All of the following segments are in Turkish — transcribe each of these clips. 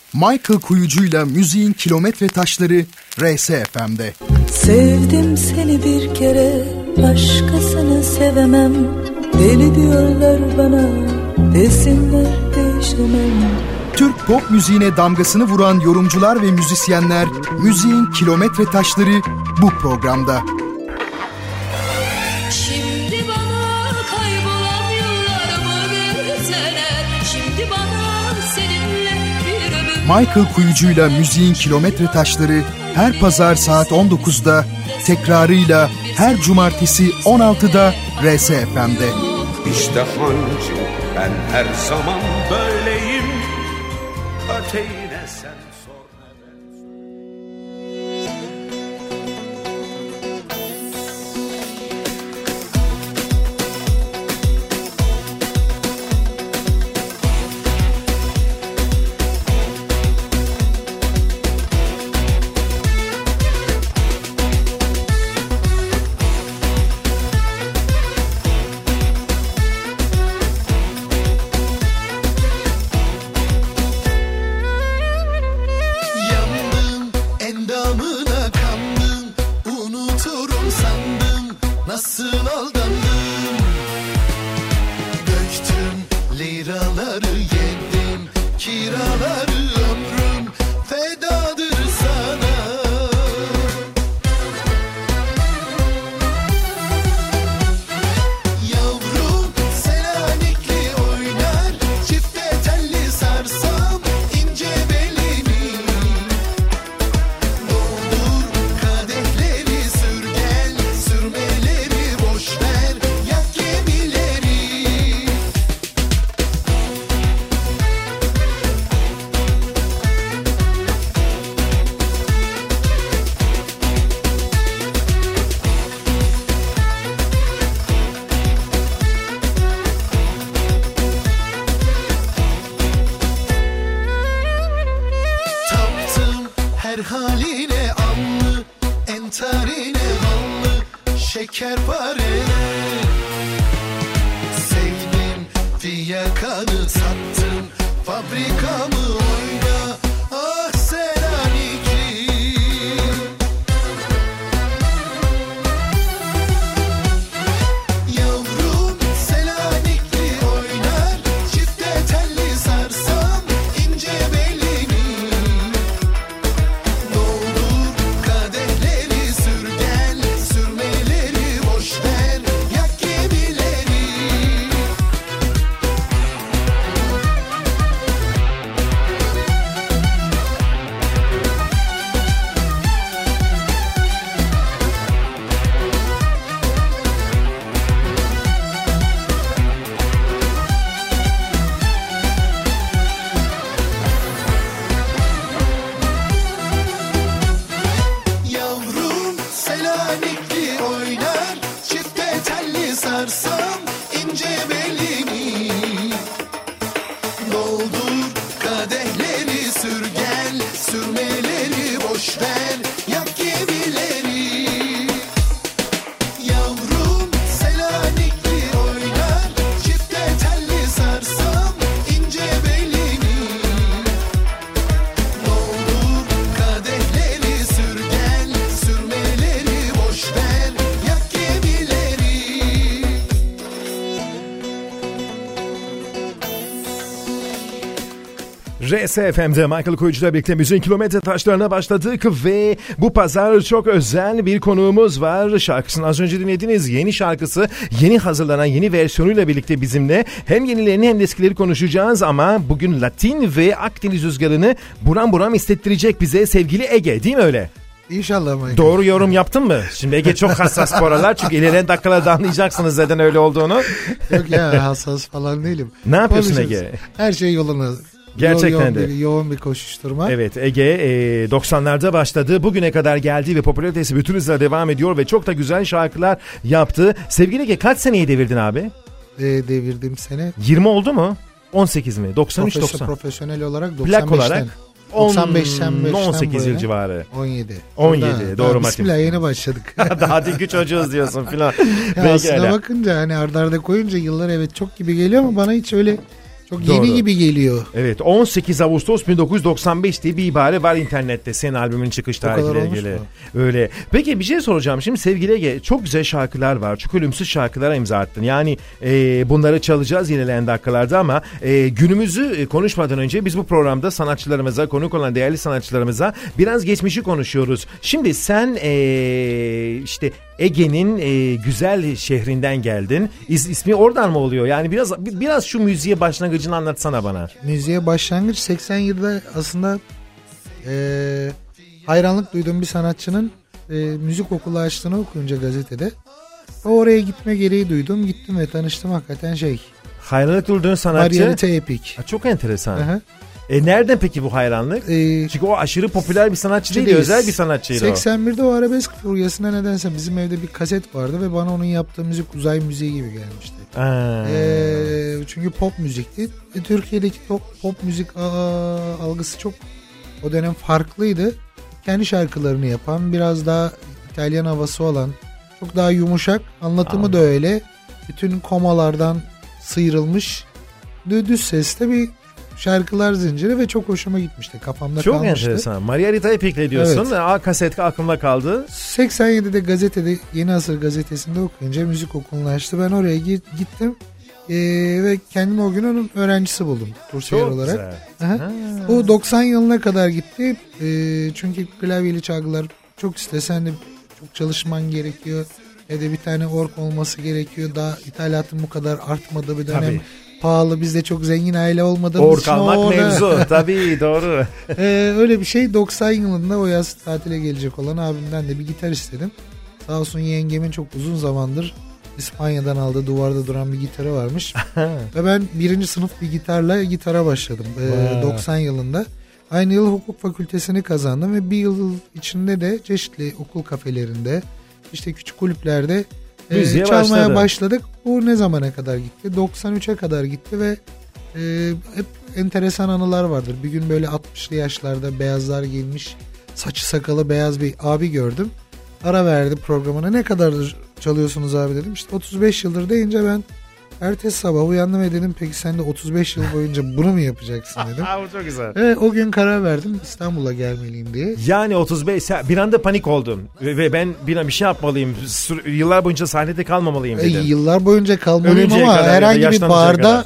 Michael Kuyucu'yla müziğin kilometre taşları RSFM'de. Sevdim seni bir kere, başkasını sevemem. Deli diyorlar bana, desinler değişemem. Türk pop müziğine damgasını vuran yorumcular ve müzisyenler, müziğin kilometre taşları bu programda. Şimdi bana kaybolan yıllarımı verseler, şimdi bana seninle bir ömür. Michael Kuyucu'yla müziğin kilometre taşları her pazar saat 19'da, tekrarıyla her cumartesi 16'da RSFM'de. İşte hancı, ben her zaman böyleyim. Öteyine sen sor neden. RSFM'de Michael Kuyucu'yla birlikte müziğin kilometre taşlarına başladık ve bu pazar çok özel bir konuğumuz var. Şarkısını az önce dinlediniz. Yeni şarkısı, yeni hazırlanan yeni versiyonuyla birlikte bizimle hem yenilerini hem de eskileri konuşacağız ama bugün Latin ve Akdeniz rüzgarını buram buram hissettirecek bize sevgili Ege, değil mi öyle? İnşallah Michael. Doğru yorum yaptın mı? Şimdi Ege çok hassas bu aralar çünkü ilerleyen dakikalarda anlayacaksınız neden öyle olduğunu. Yok ya, hassas falan değilim. Ne yapıyorsun Konuşuruz. Ege? Her şey yoluna. Gerçekten de. Yoğun bir koşuşturma. Evet, Ege 90'larda başladı. Bugüne kadar geldi ve popülaritesi bütün hızla devam ediyor ve çok da güzel şarkılar yaptı. Sevgili Ege, kaç seneyi devirdin abi? Devirdiğim sene. 20 oldu mu? 18 mi? 93-90. Profesyonel olarak 95'ten. Plak olarak 95'ten 18 yıl civarı. 17. 17 doğru Martin. Bismillah, yeni başladık. Daha dinki çocuğuz diyorsun filan. Aslına bakınca hani arda arda koyunca yıllar evet çok gibi geliyor ama bana hiç öyle Çok Doğru. yeni gibi geliyor. Evet, 18 Ağustos 1995 diye bir ibare var internette senin albümün çıkış kadar tarihiyle olmuş ilgili. mu? Öyle. Peki bir şey soracağım. Şimdi sevgili Ege, çok güzel şarkılar var. Çok ölümsüz şarkılara imza attın. Yani bunları çalacağız ilerleyen dakikalarda ama günümüzü konuşmadan önce biz bu programda sanatçılarımıza, konuk olan değerli sanatçılarımıza biraz geçmişi konuşuyoruz. Şimdi sen işte Ege'nin güzel şehrinden geldin. İsmi oradan mı oluyor? Yani biraz şu müziğe başlangıcını anlatsana bana. Müziğe başlangıç 87'de aslında hayranlık duyduğum bir sanatçının müzik okulu açtığını okuyunca gazetede. Oraya gitme gereği duydum. Gittim ve tanıştım hakikaten Hayranlık duyduğun sanatçı? Marianita Epic. Çok enteresan. Aha. Nereden peki bu hayranlık? Çünkü o aşırı popüler bir sanatçı değil, özel bir sanatçıydı 81'de o arabesk furyasına nedense bizim evde bir kaset vardı ve bana onun yaptığı müzik uzay müziği gibi gelmişti. Çünkü pop müzikti. Türkiye'deki pop müzik algısı çok o dönem farklıydı. Kendi şarkılarını yapan, biraz daha İtalyan havası olan, çok daha yumuşak, anlatımı da öyle. Bütün komalardan sıyrılmış, düz sesle bir şarkılar zinciri ve çok hoşuma gitmişti. Kafamda çok kalmıştı. Çok enteresan. Marianita Epic'le diyorsun. Evet. Kaset aklımda kaldı. 87'de gazetede, Yeni Asır gazetesinde okuyunca müzik okulunu açtı. Ben oraya gittim ve kendimi o gün onun öğrencisi buldum. Kursiyer olarak. Bu 90 yılına kadar gitti. Çünkü klavyeli çalgılar çok istesen de çok çalışman gerekiyor. Bir tane org olması gerekiyor. Daha ithalatın bu kadar artmadığı bir dönem. Tabii. Pahalı, biz de çok zengin aile olmadığımız için almak mevzu. Tabii doğru. Öyle bir şey. 90 yılında o yaz tatile gelecek olan abimden de bir gitar istedim. Sağ olsun yengemin çok uzun zamandır İspanya'dan aldığı duvarda duran bir gitarı varmış. Ve ben 1. sınıf bir gitarla gitara başladım 90 yılında. Aynı yıl hukuk fakültesini kazandım ve bir yıl içinde de çeşitli okul kafelerinde, işte küçük kulüplerde çalmaya başladık. Bu ne zamana kadar gitti? 93'e kadar gitti ve hep enteresan anılar vardır. Bir gün böyle 60'lı yaşlarda beyazlar giymiş, saçı sakalı beyaz bir abi gördüm. Ara verdi programına. Ne kadardır çalıyorsunuz abi dedim. İşte 35 yıldır deyince ben ertesi sabah uyandım ve dedim peki sen de 35 yıl boyunca bunu mu yapacaksın dedim. Bu çok güzel. Evet, o gün karar verdim İstanbul'a gelmeliyim diye. Yani 35 bir anda panik oldun ve ben bir şey yapmalıyım. Yıllar boyunca sahnede kalmamalıyım dedim. Yıllar boyunca kalmalıyım ölünceye ama herhangi bir barda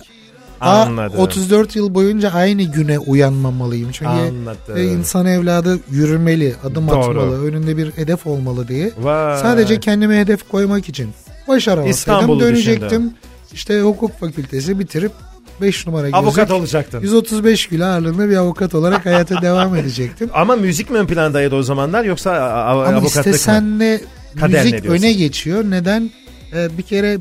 34 yıl boyunca aynı güne uyanmamalıyım. Çünkü insan evladı yürümeli, adım atmalı, önünde bir hedef olmalı diye. Vay. Sadece kendime hedef koymak için başaramasaydım dönecektim. Düşündüm. İşte hukuk fakültesi bitirip 5 numara gözük. Avukat olacaktın. 135 kilo ağırlığında bir avukat olarak hayata devam edecektim. Ama müzik mi ön plandaydı o zamanlar yoksa avukatlık mı? Ama istesen de müzik öne geçiyor. Neden? Bir kere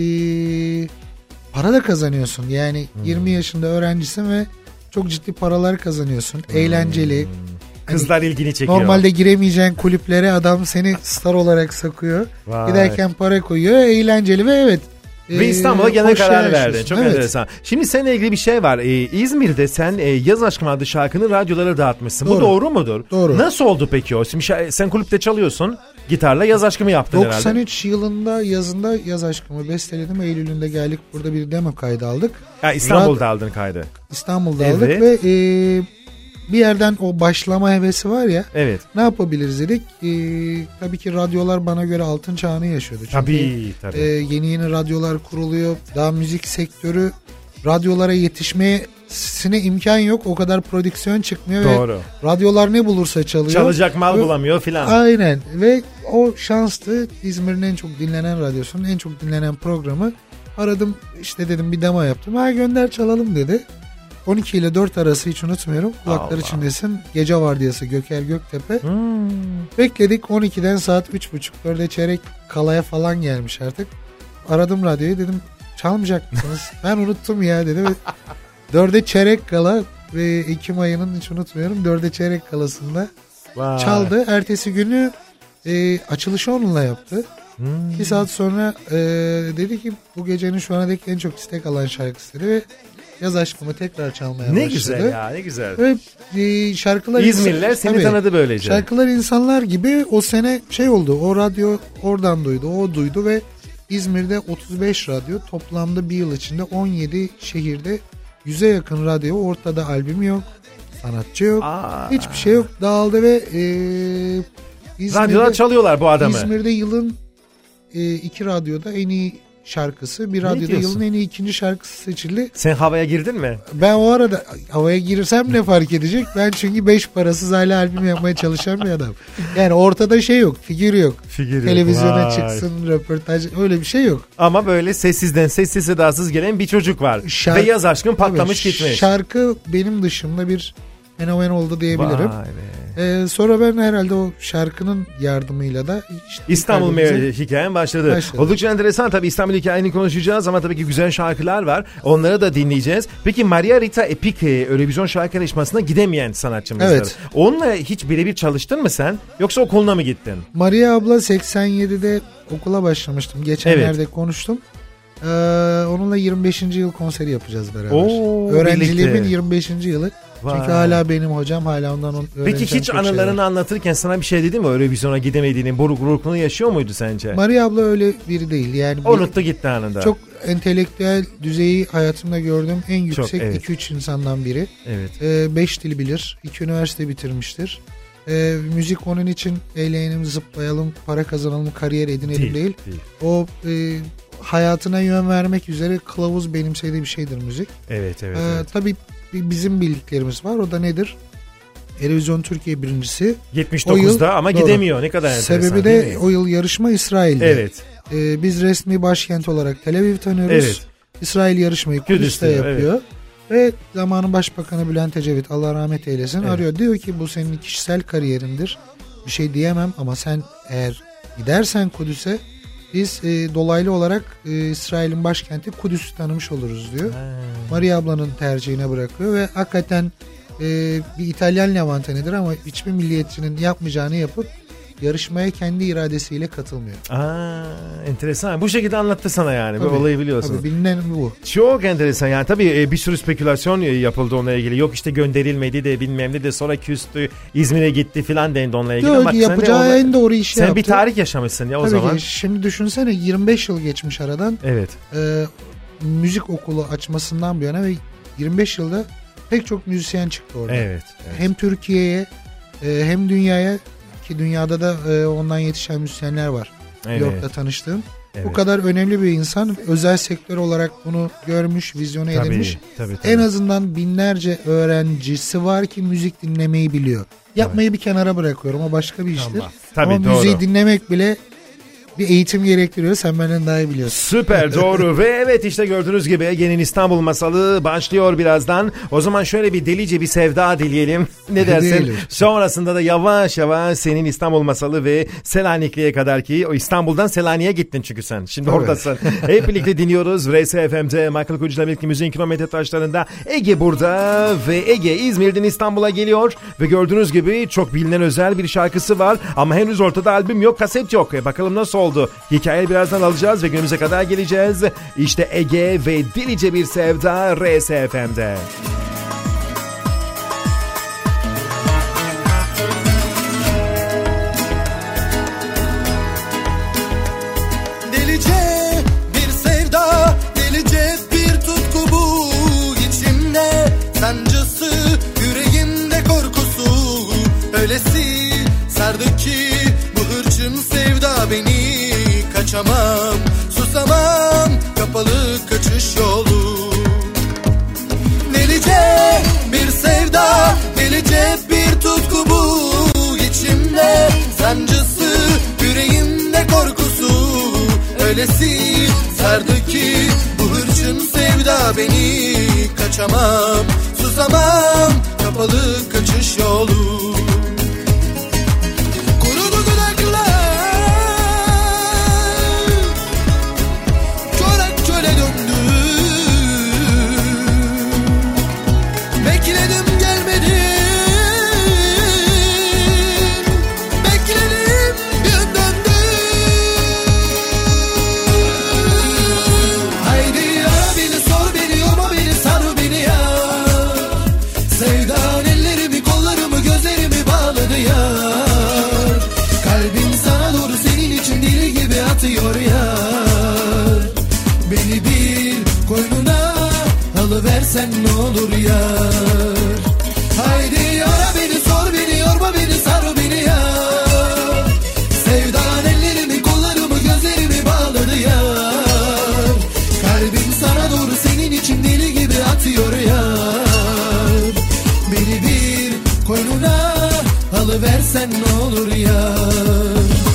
para da kazanıyorsun. Yani 20 yaşında öğrencisin ve çok ciddi paralar kazanıyorsun. Eğlenceli. Kızlar ilgini çekiyor. Normalde giremeyeceğin kulüplere adam seni star olarak sokuyor. Vay. Giderken para koyuyor. Eğlenceli ve evet. Ve İstanbul'a gene karar verdin. Çok enteresan. Şimdi seninle ilgili bir şey var. İzmir'de sen Yaz Aşkım adlı şarkını radyolara dağıtmışsın. Bu doğru mudur? Doğru. Nasıl oldu peki o? Şimdi sen kulüpte çalıyorsun. Gitarla Yaz Aşkım'ı yaptın 93 herhalde. 93 yılında yazında Yaz Aşkım'ı besteledim. Eylül'ünde geldik. Burada bir demo kaydı aldık. İstanbul'da aldın kaydı. İstanbul'da aldık ve bir yerden o başlama hevesi var ya. Evet. Ne yapabiliriz dedik. Tabii ki radyolar bana göre altın çağını yaşıyordu. Çünkü tabii. Yeni radyolar kuruluyor. Daha müzik sektörü radyolara yetişmesine imkan yok. O kadar prodüksiyon çıkmıyor. Doğru. Ve radyolar ne bulursa çalıyor. Çalacak mal bulamıyor filan. Aynen. Ve o şanstı. İzmir'in en çok dinlenen radyosunun en çok dinlenen programı. Aradım işte dedim bir demo yaptım. Gönder çalalım dedi. 12 ile 4 arası hiç unutmuyorum. Kulaklar içindesin. Gece vardiyası Göker Göktepe. Bekledik 12'den saat 3.30-4'e çeyrek kalaya falan gelmiş artık. Aradım radyoyu dedim çalmayacak mısınız? Ben unuttum ya dedi. 4'e çeyrek kala ve Ekim ayının hiç unutmuyorum 4'e çeyrek kalasında çaldı. Ertesi günü açılışı onunla yaptı. Bir saat sonra dedi ki bu gecenin şu ana dek en çok istek alan şarkısı dedi ve Yaz Aşkım'ı tekrar çalmaya başladı. Ne güzel ya, ne güzel. Ve şarkılar İzmirliler seni tanıdı böylece. Şarkılar insanlar gibi o sene oldu. O radyo oradan duydu, o duydu ve İzmir'de 35 radyo toplamda bir yıl içinde 17 şehirde 100'e yakın radyo, ortada albüm yok, sanatçı yok, Aa. hiçbir şey yok, dağıldı ve radyolar çalıyorlar bu adamı. İzmir'de yılın 2 radyoda en iyi şarkısı, bir radyoda diyorsun? yılın en iyi ikinci şarkısı seçildi. Sen havaya girdin mi? Ben o arada havaya girsem ne fark edecek? Ben çünkü 5 parasız hala albüm yapmaya çalışan bir adam. Yani ortada şey yok, figür yok. Televizyona çıksın, röportaj, öyle bir şey yok. Ama böyle sessizden sessiz sedasız gelen bir çocuk var. Ve yaz aşkın patlamış gitmiş. Şarkı benim dışımda bir fenomen oldu diyebilirim. Sonra ben herhalde o şarkının yardımıyla da işte İstanbul hikayen başladı. Oldukça enteresan, tabii İstanbul hikayeni konuşacağız ama tabii ki güzel şarkılar var. Onları da dinleyeceğiz. Peki Maria Rita Epik Eurovision şarkı yarışmasına gidemeyen sanatçımızdır. Evet. Onunla hiç birebir çalıştın mı sen? Yoksa okuluna mı gittin? Maria abla 87'de okula başlamıştım. Geçenlerde konuştum. Onunla 25. yıl konseri yapacağız beraber. Öğrenciliğimin birlikte. 25. yılı. Vay. Çünkü hala benim hocam, hala ondan öğreneceğim. Peki hiç anılarını anlatırken sana bir şey dedi mi? Eurovision'a gidemediğinin burukluğunu yaşıyor muydu sence? Maria abla öyle biri değil. Yani unuttu gitti anında. Çok entelektüel düzeyi hayatımda gördüğüm en yüksek 2-3 insandan biri. Evet. 5 dil bilir. 2 üniversite bitirmiştir. Müzik onun için eğlenelim, zıplayalım, para kazanalım, kariyer edinelim değil. O hayatına yön vermek üzere kılavuz benimsediği bir şeydir müzik. Evet. Tabii bizim bildiklerimiz var. O da nedir? Eurovision Türkiye birincisi. 79'da ama doğru. Gidemiyor. Ne kadar enteresan. Sebebi de o yıl yarışma İsrail'de. Evet. Biz resmi başkent olarak Tel Aviv tanıyoruz. Evet. İsrail yarışmayı Kudüs'te yapıyor. Evet. Ve zamanın başbakanı Bülent Ecevit, Allah rahmet eylesin, arıyor. Diyor ki bu senin kişisel kariyerindir. Bir şey diyemem ama sen eğer gidersen Kudüs'e biz dolaylı olarak İsrail'in başkenti Kudüs'ü tanımış oluruz diyor. Maria ablanın tercihine bırakıyor ve hakikaten bir İtalyan Levantenidir ama hiçbir milliyetçinin yapmayacağını yapıp yarışmaya kendi iradesiyle katılmıyor. Enteresan. Bu şekilde anlattı sana yani. Tabii, bu olayı biliyorsun. Tabii, bilinen bu. Çok enteresan yani. Tabii bir sürü spekülasyon yapıldı onunla ilgili. Yok işte gönderilmedi de bilmem ne de sonra küstü. İzmir'e gitti filan dendi onunla ilgili. Yok, yapacağı en doğru işi sen yaptı. Bir tarih yaşamışsın ya o tabii zaman. Tabii ki. Şimdi düşünsene 25 yıl geçmiş aradan. Evet. Müzik okulu açmasından bu yana ve 25 yılda pek çok müzisyen çıktı orada. Evet. Hem Türkiye'ye hem dünyaya, ki dünyada da ondan yetişen müzisyenler var. New York'ta tanıştığım. Evet. Bu kadar önemli bir insan, özel sektör olarak bunu görmüş, vizyona edilmiş. Tabii. En azından binlerce öğrencisi var ki müzik dinlemeyi biliyor. Yapmayı bir kenara bırakıyorum, o başka bir iştir. Tabii, ama müziği dinlemek bile bir eğitim gerektiriyor. Sen benden daha iyi biliyorsun. Süper, doğru. Ve evet, işte gördüğünüz gibi Ege'nin İstanbul masalı başlıyor birazdan. O zaman şöyle bir delice bir sevda dileyelim. Ne dersin? Sonrasında da yavaş yavaş senin İstanbul masalı ve Selanikli'ye kadar, ki o İstanbul'dan Selanik'e gittin çünkü sen. Şimdi oradasın. Hep birlikte dinliyoruz. RSFM'de Michael Koç'la birlikte müziğin kilometre taşlarında Ege burada ve Ege İzmir'den İstanbul'a geliyor ve gördüğünüz gibi çok bilinen özel bir şarkısı var ama henüz ortada albüm yok, kaset yok. Bakalım nasıl oldu? Hikayeyi birazdan alacağız ve günümüze kadar geleceğiz. İşte Ege ve delice bir sevda RSFM'de. Delice bir sevda, delice bir tutku bu içimde, sancısı yüreğimde korkusu, öylesi sardı ki bu hırçın sevda beni. Kaçamam, susamam, kapalı kaçış yolu. Delice bir sevda, delice bir tutku bu içimde, sancısı yüreğimde korkusu, öylesi sardı ki bu hırçın sevda beni. Kaçamam, susamam, kapalı kaçış yolu. Sevdan ellerimi alıversen ne olur yar. Haydi ara beni, sor beni, yorma beni, sar beni yar. Sevdan ellerimi, kollarımı, gözlerimi bağladı yar. Kalbim sana doğru senin için deli gibi atıyor yar. Beni bir koynuna alıversen ne olur yar.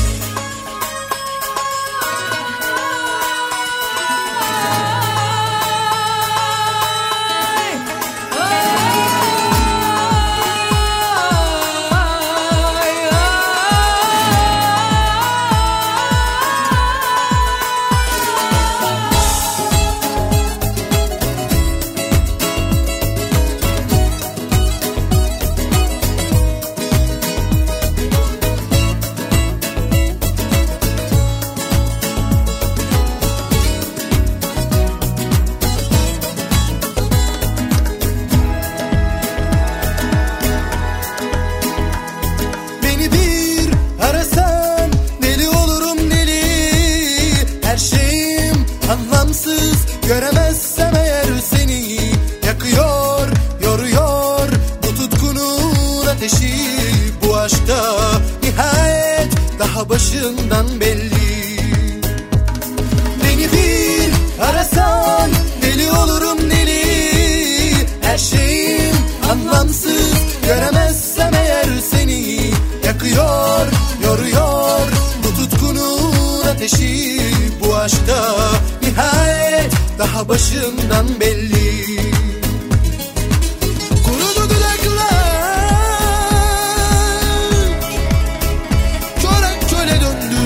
Göremezsem eğer seni yakıyor, yoruyor bu tutkunun ateşi. Bu aşkta nihayet daha başından belli. Beni bir arasan deli olurum deli. Her şeyim anlamsız. Göremezsem eğer seni yakıyor, yoruyor bu tutkunun ateşi. Bu aşkta nihayet daha başından belli. Kurudu dudaklar, çorak çöle döndü.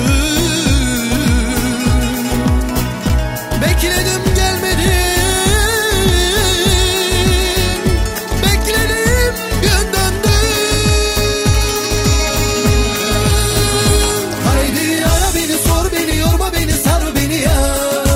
Bekledim gelmedin, bekledim gün döndü. Haydi ara beni, sor beni, yorma beni, sar beni ya.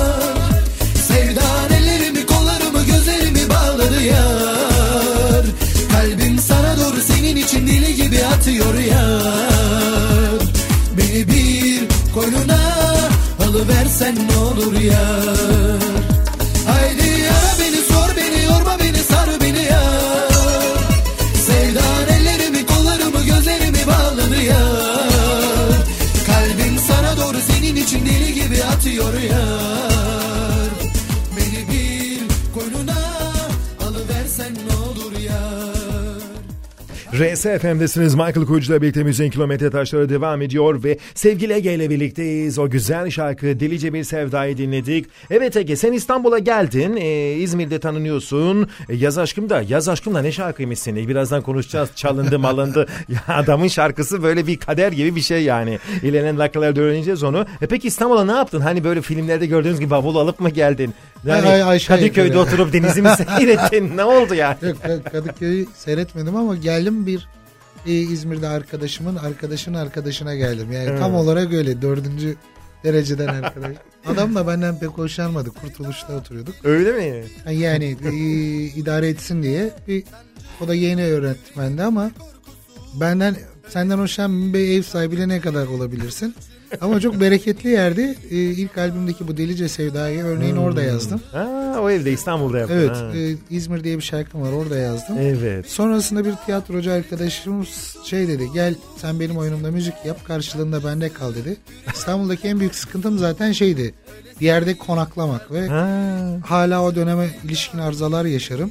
İçin deli gibi atıyor yar. Beni bir koynuna alıversen ne olur yar. Haydi ara beni, sor beni, yorma beni, sar beni yar. Sevdan ellerimi, kollarımı, gözlerimi bağladı yar. Kalbim sana doğru senin için deli gibi atıyor yar. Beni bir koynuna alıversen ne olur yar. RSFM'desiniz. Michael Koyucu'la birlikte Müziğin Kilometre Taşları devam ediyor ve sevgili Ege ile birlikteyiz. O güzel şarkı Delice Bir Sevda'yı dinledik. Evet Ege, sen İstanbul'a geldin. İzmir'de tanınıyorsun. Yaz Aşkım'da ne şarkıymış seni? Birazdan konuşacağız. Çalındı malındı. Ya adamın şarkısı böyle bir kader gibi bir şey yani. İlerleyen dakikalarda öğreneceğiz onu. Peki İstanbul'a ne yaptın? Hani böyle filmlerde gördüğünüz gibi bavul alıp mı geldin? Yani Kadıköy'de oturup denizi mi seyrettin? Ne oldu yani? Yok, Kadıköy'ü seyretmedim ama geldim bir İzmir'de arkadaşımın arkadaşının arkadaşına geldim. Yani tam olarak öyle 4. dereceden arkadaş. Adam da benden pek hoşlanmadı. Kurtuluş'ta oturuyorduk. Öyle mi? Yani idare etsin diye. O da yeni öğretmendi ama senden hoşlanan bir ev sahibiyle ne kadar olabilirsin? Ama çok bereketli yerdi. İlk albümdeki bu Delice Sevda'yı örneğin orada yazdım. O evde İstanbul'da yaptın. Evet. İzmir diye bir şarkım var, orada yazdım. Evet. Sonrasında bir tiyatrocu arkadaşımız dedi, gel sen benim oyunumda müzik yap, karşılığında bende kal dedi. İstanbul'daki en büyük sıkıntım zaten bir yerde konaklamak ve hala o döneme ilişkin arızalar yaşarım.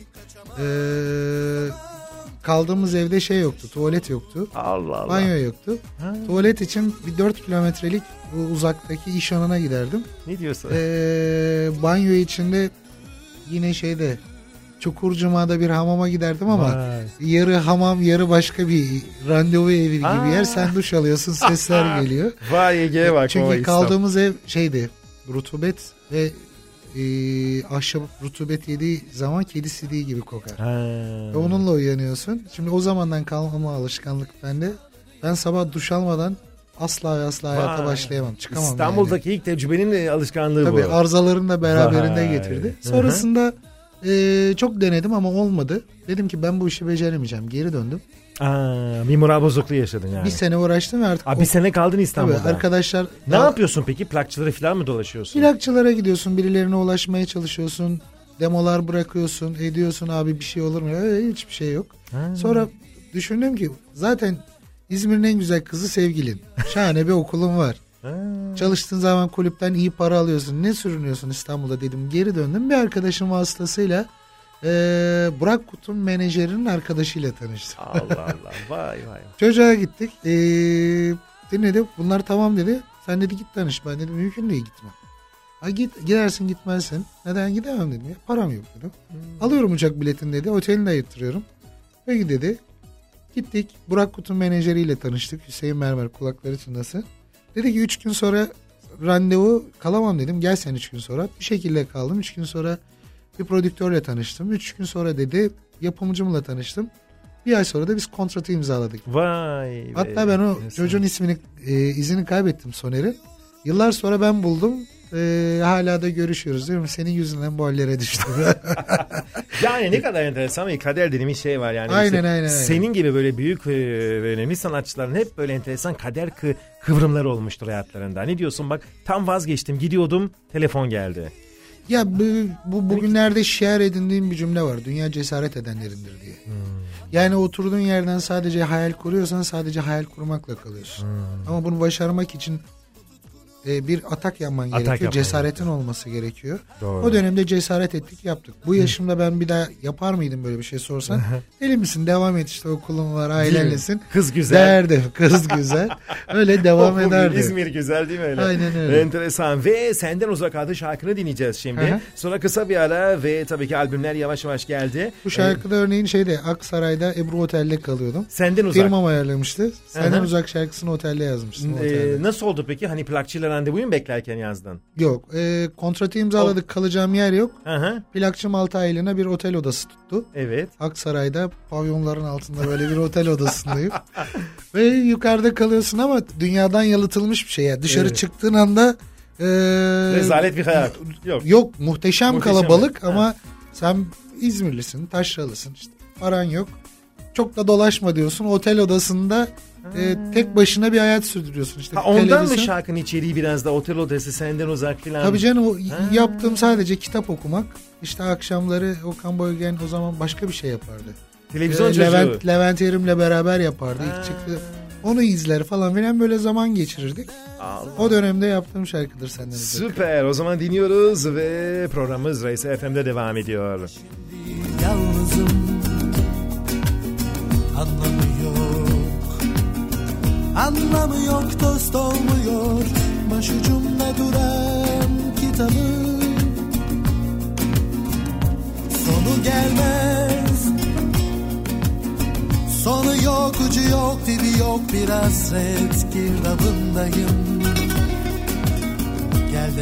Kaldığımız evde yoktu, tuvalet yoktu. Allah Allah. Banyo yoktu. Tuvalet için bir 4 kilometrelik uzaktaki iş yanına giderdim. Ne diyorsun? Banyo içinde yine Çukurcuma'da bir hamama giderdim ama yarı hamam yarı başka bir randevu evi gibi yer. Sen duş alıyorsun, sesler geliyor. Vay Ege'ye bak. Çünkü kaldığımız ev rutubet ve ahşap rutubet yediği zaman kedi sidiği gibi kokar. Ve onunla uyanıyorsun. Şimdi o zamandan kalma alışkanlık bende. Ben sabah duş almadan asla ve asla hayata başlayamam. Çıkamam. İstanbul'daki ilk tecrübenin alışkanlığı bu. Tabii arızalarını da beraberinde getirdi. Sonrasında çok denedim ama olmadı. Dedim ki ben bu işi beceremeyeceğim. Geri döndüm. Bir moral bozukluğu yaşadın yani. Bir sene uğraştım ve artık... Bir sene kaldın İstanbul'da. Tabii arkadaşlar... Ne yapıyorsun peki? Plakçılara falan mı dolaşıyorsun? Plakçılara gidiyorsun. Birilerine ulaşmaya çalışıyorsun. demolar bırakıyorsun, ediyorsun, abi bir şey olur mu? Hiçbir şey yok. Sonra düşündüm ki zaten İzmir'in en güzel kızı sevgilin. Şahane bir okulun var. Çalıştığın zaman kulüpten iyi para alıyorsun. Ne sürünüyorsun İstanbul'da dedim. Geri döndüm. Bir arkadaşım vasıtasıyla Burak Kut'un menajerinin arkadaşıyla tanıştım. Allah Allah. Vay vay. Çocuğa gittik. Dinledi. Bunlar tamam dedi. Sen dedi git tanış. Ben dedim mümkün değil gitmem. Ha git, gidersin gitmezsin. Neden gidemem dedim ya. Param yok dedim. Alıyorum uçak biletini dedi. Otelini de ayırttırıyorum. Peki dedi. Gittik. Burak Kut'un menajeriyle tanıştık. Hüseyin Mermer, kulakları çınlasın. Dedi ki 3 gün sonra randevu, kalamam dedim. Gel sen 3 gün sonra. Bir şekilde kaldım. 3 gün sonra bir prodüktörle tanıştım. 3 gün sonra dedi yapımcımla tanıştım. Bir ay sonra da biz kontratı imzaladık. Vay. Hatta ben o çocuğun izini kaybettim, Soner'i. Yıllar sonra ben buldum. Hala da görüşüyoruz değil mi? Senin yüzünden bu hallere düştüm. Yani ne kadar enteresan bir kader dediğimiz şey var yani. Aynen. Senin gibi böyle büyük ve önemli sanatçıların hep böyle enteresan kader kıvrımları olmuştur hayatlarında. Ne diyorsun bak, tam vazgeçtim gidiyordum, telefon geldi. Ya bu bugünlerde şiar edindiğim bir cümle var. Dünya cesaret edenlerindir diye. Yani oturduğun yerden sadece hayal kuruyorsan sadece hayal kurmakla kalıyorsun. Ama bunu başarmak için bir atak yapman gerekiyor. Cesaretin olması gerekiyor. Doğru. O dönemde cesaret ettik, yaptık. Bu yaşımda ben bir daha yapar mıydım böyle bir şey sorsan? Deli misin? Devam et işte, okulun var, ailenlesin. Kız güzel. Derdim. Kız güzel. Öyle devam ederdi. İzmir güzel değil mi öyle? Aynen öyle. Enteresan. Ve Senden Uzak adlı şarkını dinleyeceğiz şimdi. Sonra kısa bir ara ve tabii ki albümler yavaş yavaş geldi. Bu şarkıda örneğin Aksaray'da Ebru Otel'de kalıyordum. Senden Uzak. Firmam ayarlamıştı. Senden Uzak şarkısını otelde yazmıştım. Nasıl oldu peki? Hani plakçıyla randevuyu mu beklerken yazdın? Yok. Kontratı imzaladık. Kalacağım yer yok. Aha. Plakçım 6 aylığına bir otel odası tuttu. Evet. Aksaray'da pavyonların altında böyle bir otel odasındayım. Ve yukarıda kalıyorsun ama dünyadan yalıtılmış bir şey. Yani dışarı çıktığın anda rezalet bir hayat. Yok. Muhteşem kalabalık ama sen İzmirlisin, taşralısın, işte paran yok. Çok da dolaşma diyorsun. Otel odasında tek başına bir hayat sürdürüyorsun. İşte ondan mı şarkının içeriği biraz da otel odası, Senden Uzak filan? Tabii canım, yaptığım sadece kitap okumak. İşte akşamları Okan Bayülgen o zaman başka bir şey yapardı. Televizyon çocuğu. Levent Erim'le beraber yapardı. İlk çıktı. Onu izler falan filan, böyle zaman geçirirdik. Allah. O dönemde yaptığım şarkıdır Senden Uzak. Süper. O zaman dinliyoruz ve programımız Race FM'de devam ediyor. Şimdi yalnızım, anlamı yok, dost olmuyor, başucumda duran kitabım. Sonu gelmez, sonu yok, ucu yok, dibi yok, bir hasret girdabındayım. Gel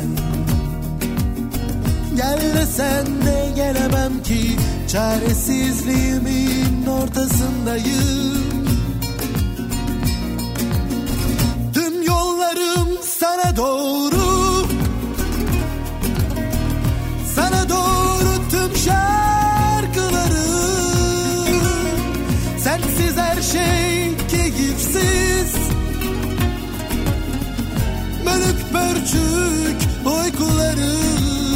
desen de gelemem ki, çaresizliğimin ortasındayım. Tüm yollarım sana doğru, sana doğru tüm şarkılarım. Sensiz her şey keyifsiz, bölük pörçük uykularım.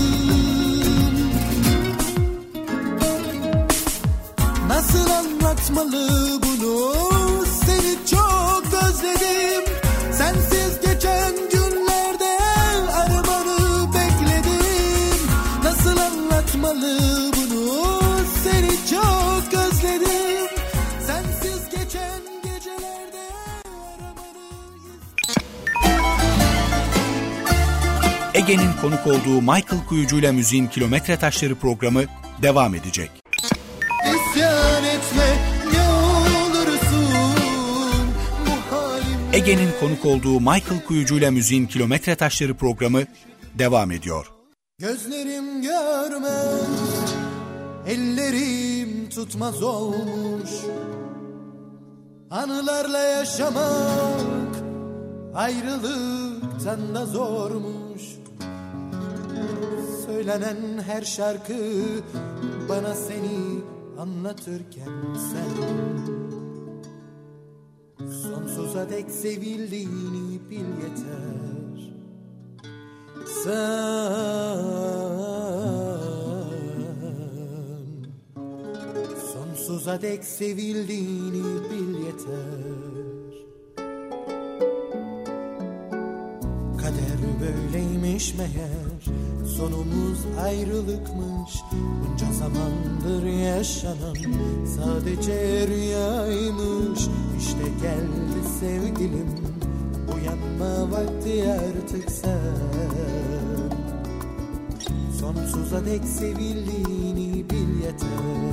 Nasıl anlatmalı bunu, seni çok özledim. Sensiz geçen günlerde aramanı bekledim. Nasıl anlatmalı bunu, seni çok özledim. Sensiz geçen gecelerde aramanı... Ege'nin konuk olduğu Michael Kuyucu'yla Müziğin Kilometre Taşları programı devam edecek. İsyan etme ne olursun bu halim. Ege'nin konuk olduğu Michael Kuyucu'yla Müziğin Kilometre Taşları programı devam ediyor. Gözlerim görmez, ellerim tutmaz olmuş. Anılarla yaşamak ayrılıktan da zormuş. Söylenen her şarkı bana seni anlatırken sen sonsuza dek sevildiğini bil yeter. Sen Sonsuza dek sevildiğini bil yeter. Kader böyleymiş meğer, sonumuz ayrılıkmış. Bunca zamandır yaşanan sadece rüyaymış. İşte geldi sevgilim, uyanma vakti artık sen. Sonsuza dek sevildiğini bil yeter.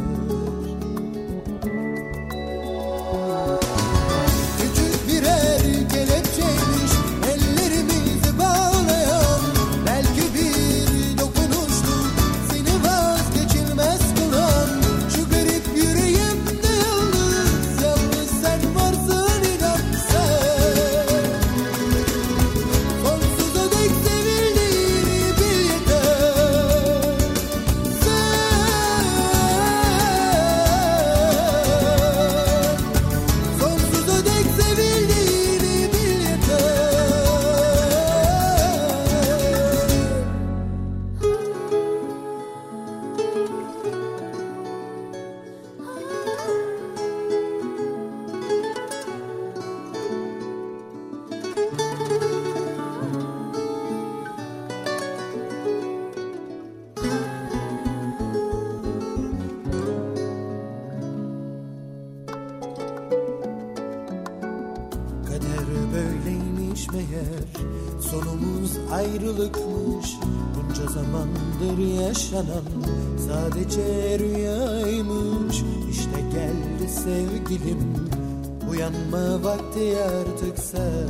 Küçük birer kelepçeymiş ellerimizi bağlayan, belki bir dokunuştu seni vazgeçilmez kılan. Şu garip yüreğimde yalnız, yalnız sen varsın inan sen. Sonsuza dek sevildiğini bil yeter. Sonsuza dek sevildiğini bil yeter. Kader böyleymiş meğer, sonumuz ayrılıkmış. Bunca zamandır yaşanan sadece rüyaymış. İşte geldi sevgilim, uyanma vakti artık sen.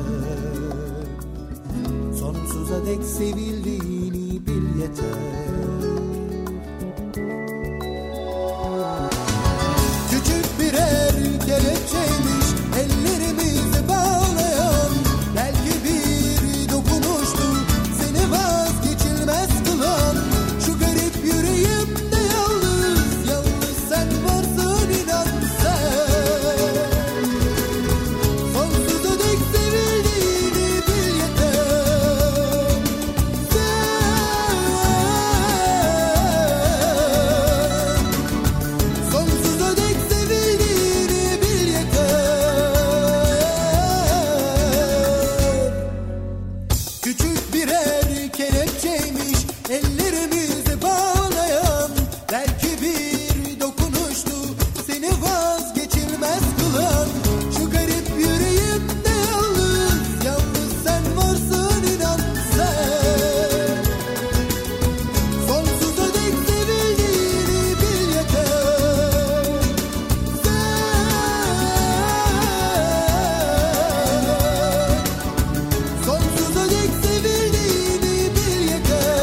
Sonsuza dek sevildiğini bil yeter. Küçük birer kelepçeymiş ellerimizi bağlayan, belki bir dokunuştu seni vazgeçilmez kılan. Şu garip yüreğimde yalnız, yalnız sen varsın inan sen. Sonsuza dek sevildiğini bil yeter. Sonsuza dek sevildiğini bil yeter. Küçük birer kelepçeymiş ellerimizi bağlayan, belki bir dokunuştu seni vazgeçilmez kılan. Şu garip yüreğimde yalnız, yalnız sen varsın inan sen. Sonsuza dek sevildiğini bil yeter. Sonsuza dek sevildiğini bil yeter.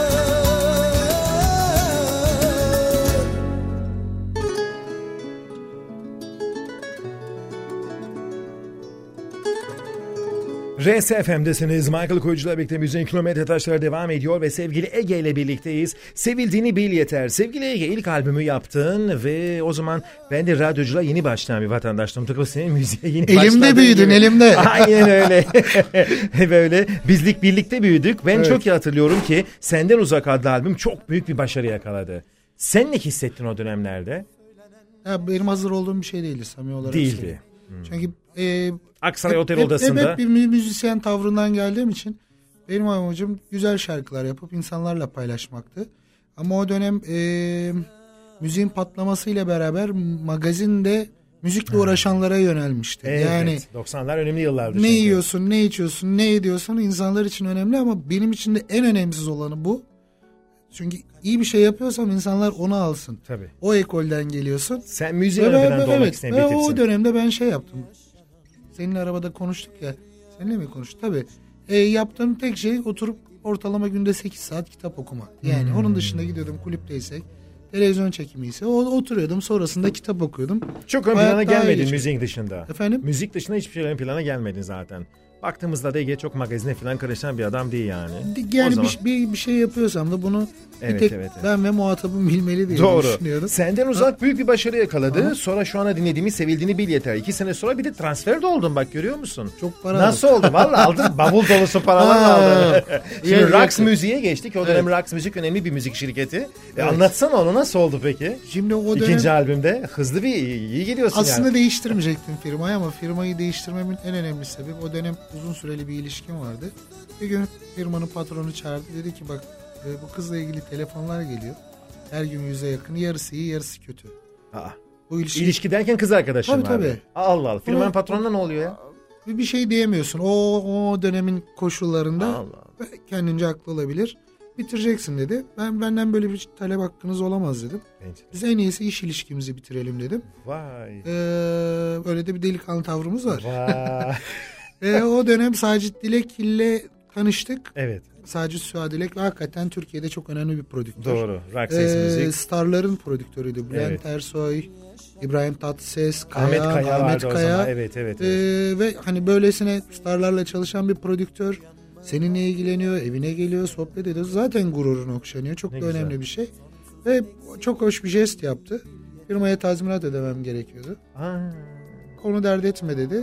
RSFM'desiniz. Michael Koyucu'la birlikte Müziğin Kilometre Taşları devam ediyor ve sevgili Ege ile birlikteyiz. Sevildiğini bil yeter. Sevgili Ege, ilk albümü yaptın ve o zaman ben de radyoculuğa yeni başlayan bir vatandaştım. Tıpkı senin müziğe yeni başladığın Elimde büyüdün, gibi. elimde. Aynen öyle. Böyle bizlik birlikte büyüdük. Ben Evet. çok iyi hatırlıyorum ki Senden Uzak adlı albüm çok büyük bir başarı yakaladı. Sen ne hissettin o dönemlerde? Ya benim hazır olduğum bir şey değildi samimi olarak. Değildi. Çünkü Aksaray Otel Odası'nda. hep bir müzisyen tavrından geldiğim için benim amacım güzel şarkılar yapıp insanlarla paylaşmaktı. Ama o dönem müziğin patlamasıyla beraber magazinde müzikle uğraşanlara yönelmişti. Evet, Yani 90'lar önemli yıllardı. ne çünkü. yiyorsun, ne içiyorsun, ne ediyorsun insanlar için önemli ama benim için de en önemsiz olanı bu. Çünkü iyi bir şey yapıyorsam insanlar onu alsın. Tabii. O ekolden geliyorsun. Sen müziğe ön planda olmak isteyen bir ve tipsin. o dönemde ben şey yaptım. Seninle arabada konuştuk ya. Seninle mi konuştuk? Tabii. Yaptığım tek şey oturup ortalama günde 8 saat kitap okumak. Yani onun dışında gidiyordum kulüpteysek, televizyon çekimi ise oturuyordum. Sonrasında kitap okuyordum. Çok ön Hayat plana daha iyi gelmedin geçiyor. müziğin dışında. Efendim? Müzik dışında hiçbir şey ön plana gelmedin zaten. baktığımızda da Ege çok magazine falan karışan bir adam değil yani. Yani O zaman- bir şey yapıyorsam da bunu Evet, bir tek evet. ben ve muhatabım bilmeli diye Doğru. düşünüyorum. Senden uzak büyük bir başarı yakaladı. Aha. Sonra şu anda dinlediğimiz Sevildiğini Bil Yeter. 2 sene sonra bir de transfer de oldun bak, görüyor musun? Çok para Nasıl oldu? Vallahi aldın. Bavul dolusu paralar aldın. Şimdi Yani Rax yakın. Müziğe geçtik. O dönem Rax Müzik önemli bir müzik şirketi. Anlatsana onu, nasıl oldu peki? Şimdi o dönem İkinci albümde hızlı bir iyi gidiyorsun aslında yani. değiştirmeyecektim firmayı ama firmayı değiştirmemin en önemli sebebi o dönem uzun süreli bir ilişkim vardı. Bir gün firmanın patronu çağırdı, dedi ki bak bu kızla ilgili telefonlar geliyor. Her gün 100'e yakın, yarısı iyi yarısı kötü. Aa, Bu İlişki derken kız arkadaşın Tabii, var. tabii. Allah Allah. Firmanın Ama- patronuna ne oluyor ya? bir şey diyemiyorsun. O dönemin koşullarında Allah. kendince haklı olabilir. Bitireceksin dedi. Benden böyle bir talep hakkınız olamaz dedim. Bence. Biz en iyisi iş ilişkimizi bitirelim dedim. Vay. Öyle de bir delikanlı tavrımız var. Vay. O dönem Sacit Dilek ile tanıştık. Evet. Sacit Suadilek hakikaten Türkiye'de çok önemli bir prodüktör. Doğru. Rock Ses Müzik. Starların prodüktörüydü. Bülent Evet. Ersoy, İbrahim Tatlıses, Ahmet Kaya vardı o Kaya. zaman. Evet. Ve hani böylesine starlarla çalışan bir prodüktör seninle ilgileniyor, evine geliyor, sohbet ediyor. Zaten gururun okşanıyor. Çok Ne da güzel. önemli bir şey. Ve çok hoş bir jest yaptı. Firmaya tazminat ödemem gerekiyordu. Aa. Onu dert etme dedi.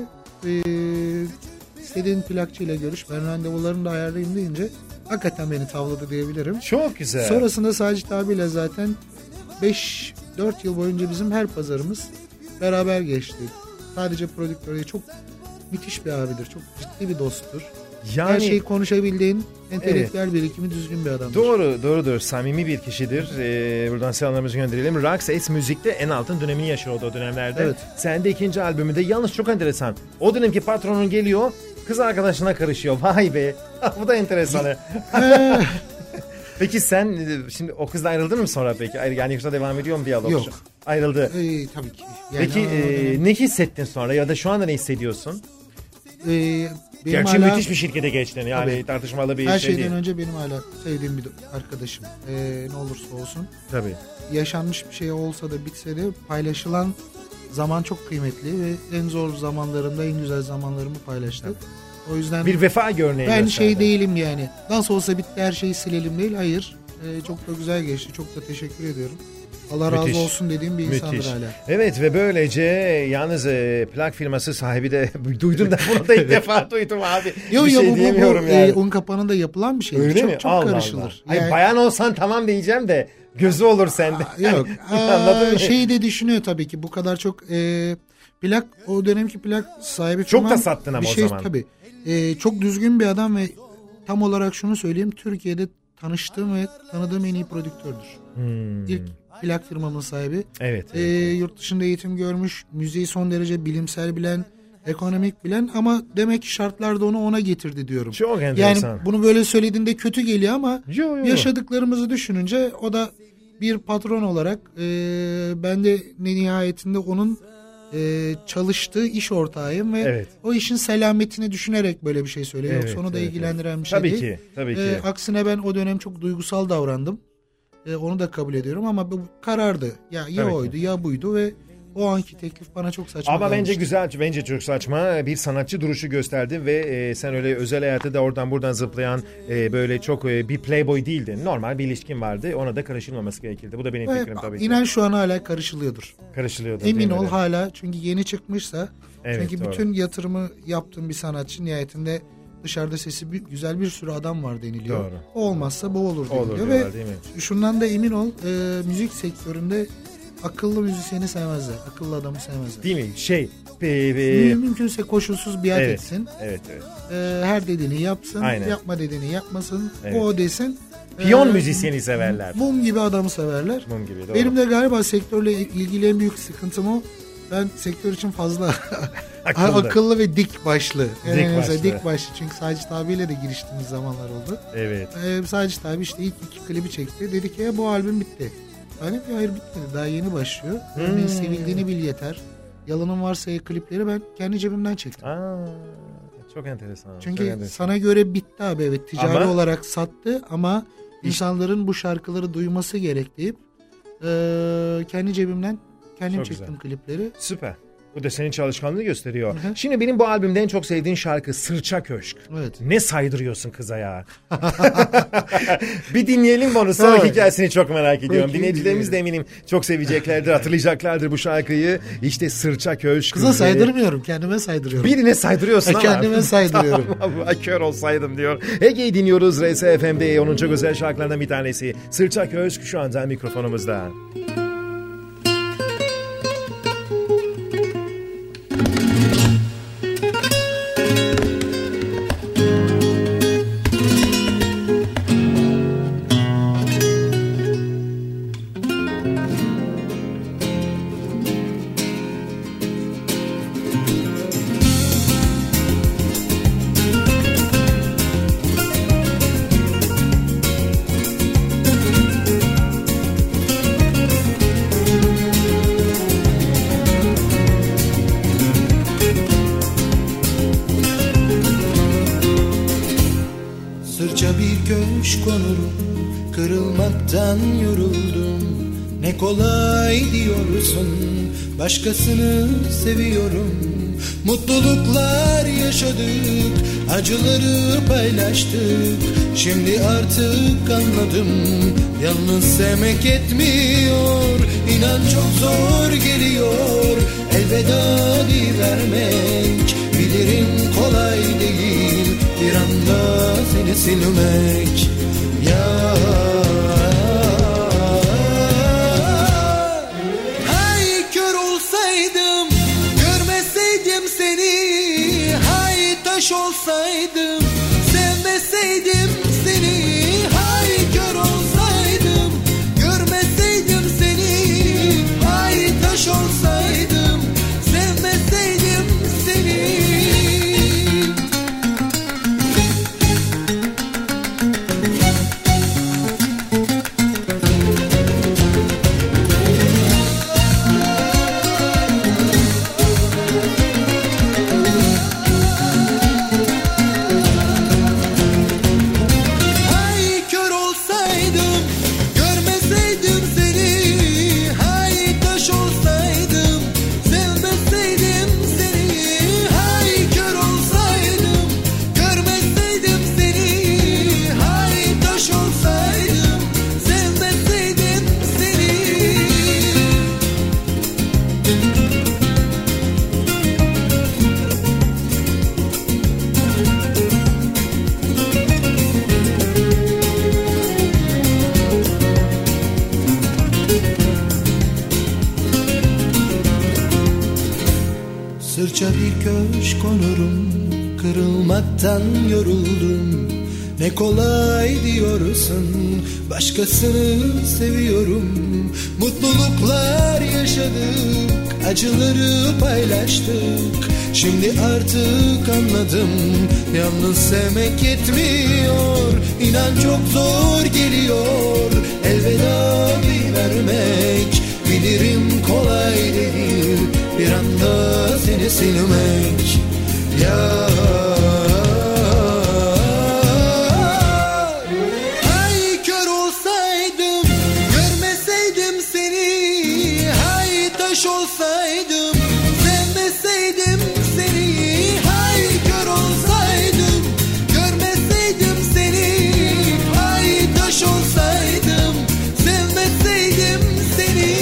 İstediğin plakçıyla görüş. Ben randevularını da ayarlayayım deyince hakikaten beni tavladı diyebilirim. Çok güzel. Sonrasında Sacit abiyle zaten 5-4 yıl boyunca bizim her pazarımız beraber geçti. Sadece prodüktör değil, çok müthiş bir abidir. Çok ciddi bir dosttur. yani Her şeyi konuşabildiğin entelektüel birikimi düzgün bir adamdır. doğrudur. Samimi bir kişidir. Buradan selamlarımızı gönderelim. Rock Ses Müzik'te en altın dönemini yaşıyordu o dönemlerde. Evet. Sen de ikinci albümünde, yalnız çok enteresan. O dönemki patronun geliyor, kız arkadaşına karışıyor. Vay be. Bu da enteresan. Peki sen şimdi o kızla ayrıldın mı sonra peki? Yani yoksa devam ediyor mu diyalog? Yok. Ayrıldı. Tabii ki. Yani Peki ne hissettin sonra ya da şu anda ne hissediyorsun? benim Gerçi hala, müthiş bir şirkete geçtin. Yani Tabii. tartışmalı bir her şey şeyden değil. önce benim hala sevdiğim bir arkadaşım. Ne olursa olsun. Tabii. Yaşanmış bir şey olsa da bitse de paylaşılan zaman çok kıymetli ve en zor zamanlarımda en güzel zamanlarımı paylaştık. O yüzden Bir vefa örneği ben gösterdi. değilim yani. Nasıl olsa bitti, her şeyi silelim değil. Hayır. Çok da güzel geçti. Çok da teşekkür ediyorum. Allah Müthiş. razı olsun dediğim bir insandır Müthiş. hala. Evet ve böylece yalnız plak firması sahibi de duydum da bunu da ilk defa duydum abi. Bir şey diyemiyorum yani. Un kapanında yapılan bir şey. Öyle çok, mi? Çok Allah karışılır. Allah. Ay, bayan olsan tamam diyeceğim de gözü olur sende. Yok. Anladın mı? Şeyi de düşünüyor tabii ki bu kadar çok plak, o dönemki plak sahibi Çok firmam da sattın ama bir o şey, zaman. Tabii. Çok düzgün bir adam ve tam olarak şunu söyleyeyim, Türkiye'de tanıştığım ve tanıdığım en iyi prodüktördür. İlk plak firmamın sahibi. Evet. Yurt dışında eğitim görmüş, müziği son derece bilimsel bilen, ekonomik bilen ama demek ki şartlar da onu ona getirdi diyorum. Çok enteresan. Yani bunu böyle söylediğinde kötü geliyor ama Yo. yaşadıklarımızı düşününce o da bir patron olarak ben de nihayetinde onun çalıştığı iş ortağıyım ve Evet. o işin selametini düşünerek böyle bir şey söylüyor. Evet, Yoksa onu da evet, ilgilendiren bir şey Tabii değil. ki. Tabii ki. Aksine ben o dönem çok duygusal davrandım. Onu da kabul ediyorum ama bu karardı. Ya Tabii oydu ki. ya buydu ve o anki teklif bana çok saçma Ama bence gelmişti. güzel, bence çok saçma bir sanatçı duruşu gösterdin ve sen öyle özel hayatı da oradan buradan zıplayan böyle çok bir playboy değildin. Normal bir ilişkin vardı. Ona da karışılmaması gerekirdi. Bu da benim fikrim tabii ki. İnan şu an hala karışılıyordur. Karışılıyordu. Emin değil mi ol öyle? hala, çünkü yeni çıkmışsa. Evet, çünkü doğru. bütün yatırımı yaptığım bir sanatçı nihayetinde dışarıda sesi güzel bir sürü adam var deniliyor. Doğru. O olmazsa bu olur deniliyor. Olur Ve diyorlar, değil mi? şundan da emin ol, müzik sektöründe akıllı müzisyeni sevmezler. Akıllı adamı sevmezler. Değil mi? Mümkünse koşulsuz biat Evet. etsin. Evet. Her dediğini yapsın. Aynen. Yapma dediğini yapmasın. Evet. O desin. Piyon müzisyeni severler. Mum gibi adamı severler. Mum gibi, doğru. Benim de galiba sektörle ilgili en büyük sıkıntım o. Ben sektör için fazla akıllı ve dik başlı. Dik başlı. Çünkü Sacit abiyle de giriştiğimiz zamanlar oldu. Evet. Sacit abi işte ilk 2 klibi çekti. Dedi ki bu albüm bitti. Ben dedim ki hayır bitmedi. Daha yeni başlıyor. Örneğin Sevildiğini Bil Yeter. Yalanın Varsa klipleri ben kendi cebimden çektim. Çok enteresan. Çünkü çok enteresan. sana göre bitti abi, evet, ticari Ama- olarak sattı ama insanların bu şarkıları duyması gerek deyip kendi cebimden kendim Çok çektim güzel. klipleri. Süper. Bu da senin çalışkanlığını gösteriyor. Şimdi benim bu albümde en çok sevdiğin şarkı Sırça Köşk. Evet. Ne saydırıyorsun kıza ya? Bir dinleyelim onu, sonra hikayesini çok merak ediyorum. Peki, Dinleyicilerimiz de eminim çok seveceklerdir, hatırlayacaklardır bu şarkıyı. İşte Sırça Köşk. Kıza saydırmıyorum, kendime saydırıyorum. Birine saydırıyorsun ama. Kendime saydırıyorum. Tamam, kör olsaydım diyor. Ege'yi dinliyoruz. RSFM'de onun çok özel şarkılarından bir tanesi. Sırça Köşk şu anda mikrofonumuzda. Sırça bir köşk konurum, kırılmaktan yoruldum. Ne kolay diyorsun, başkasını seviyorum. Mutluluklar yaşadık, acıları paylaştık. Şimdi artık anladım, yalnız sevmek yetmiyor. İnan çok zor geliyor, elveda vermek. Bilirim kolay değil, bir anda seni silmek. Ya hay kör olsaydım, görmeseydim seni. Hay taş olsaydım, sevmeseydim seni. Hay kör olsaydım, görmeseydim seni. Hay taş olsaydım, sevmeseydim seni. Sırça bir köşk konurum, kırılmaktan yoruldum. Ne kolay diyorsun, başkasını seviyorum. Mutluluklar yaşadık, acıları paylaştık. Şimdi artık anladım, yalnız sevmek yetmiyor. İnan çok zor geliyor, elveda vermek. Bilirim kolay değil, bir anda seni silmek. Ya hay kör olsaydım, görmeseydim seni. Hay taş olsaydım, sevmeseydim seni. Hay kör olsaydım, görmeseydim seni. Hay taş olsaydım, sevmeseydim seni.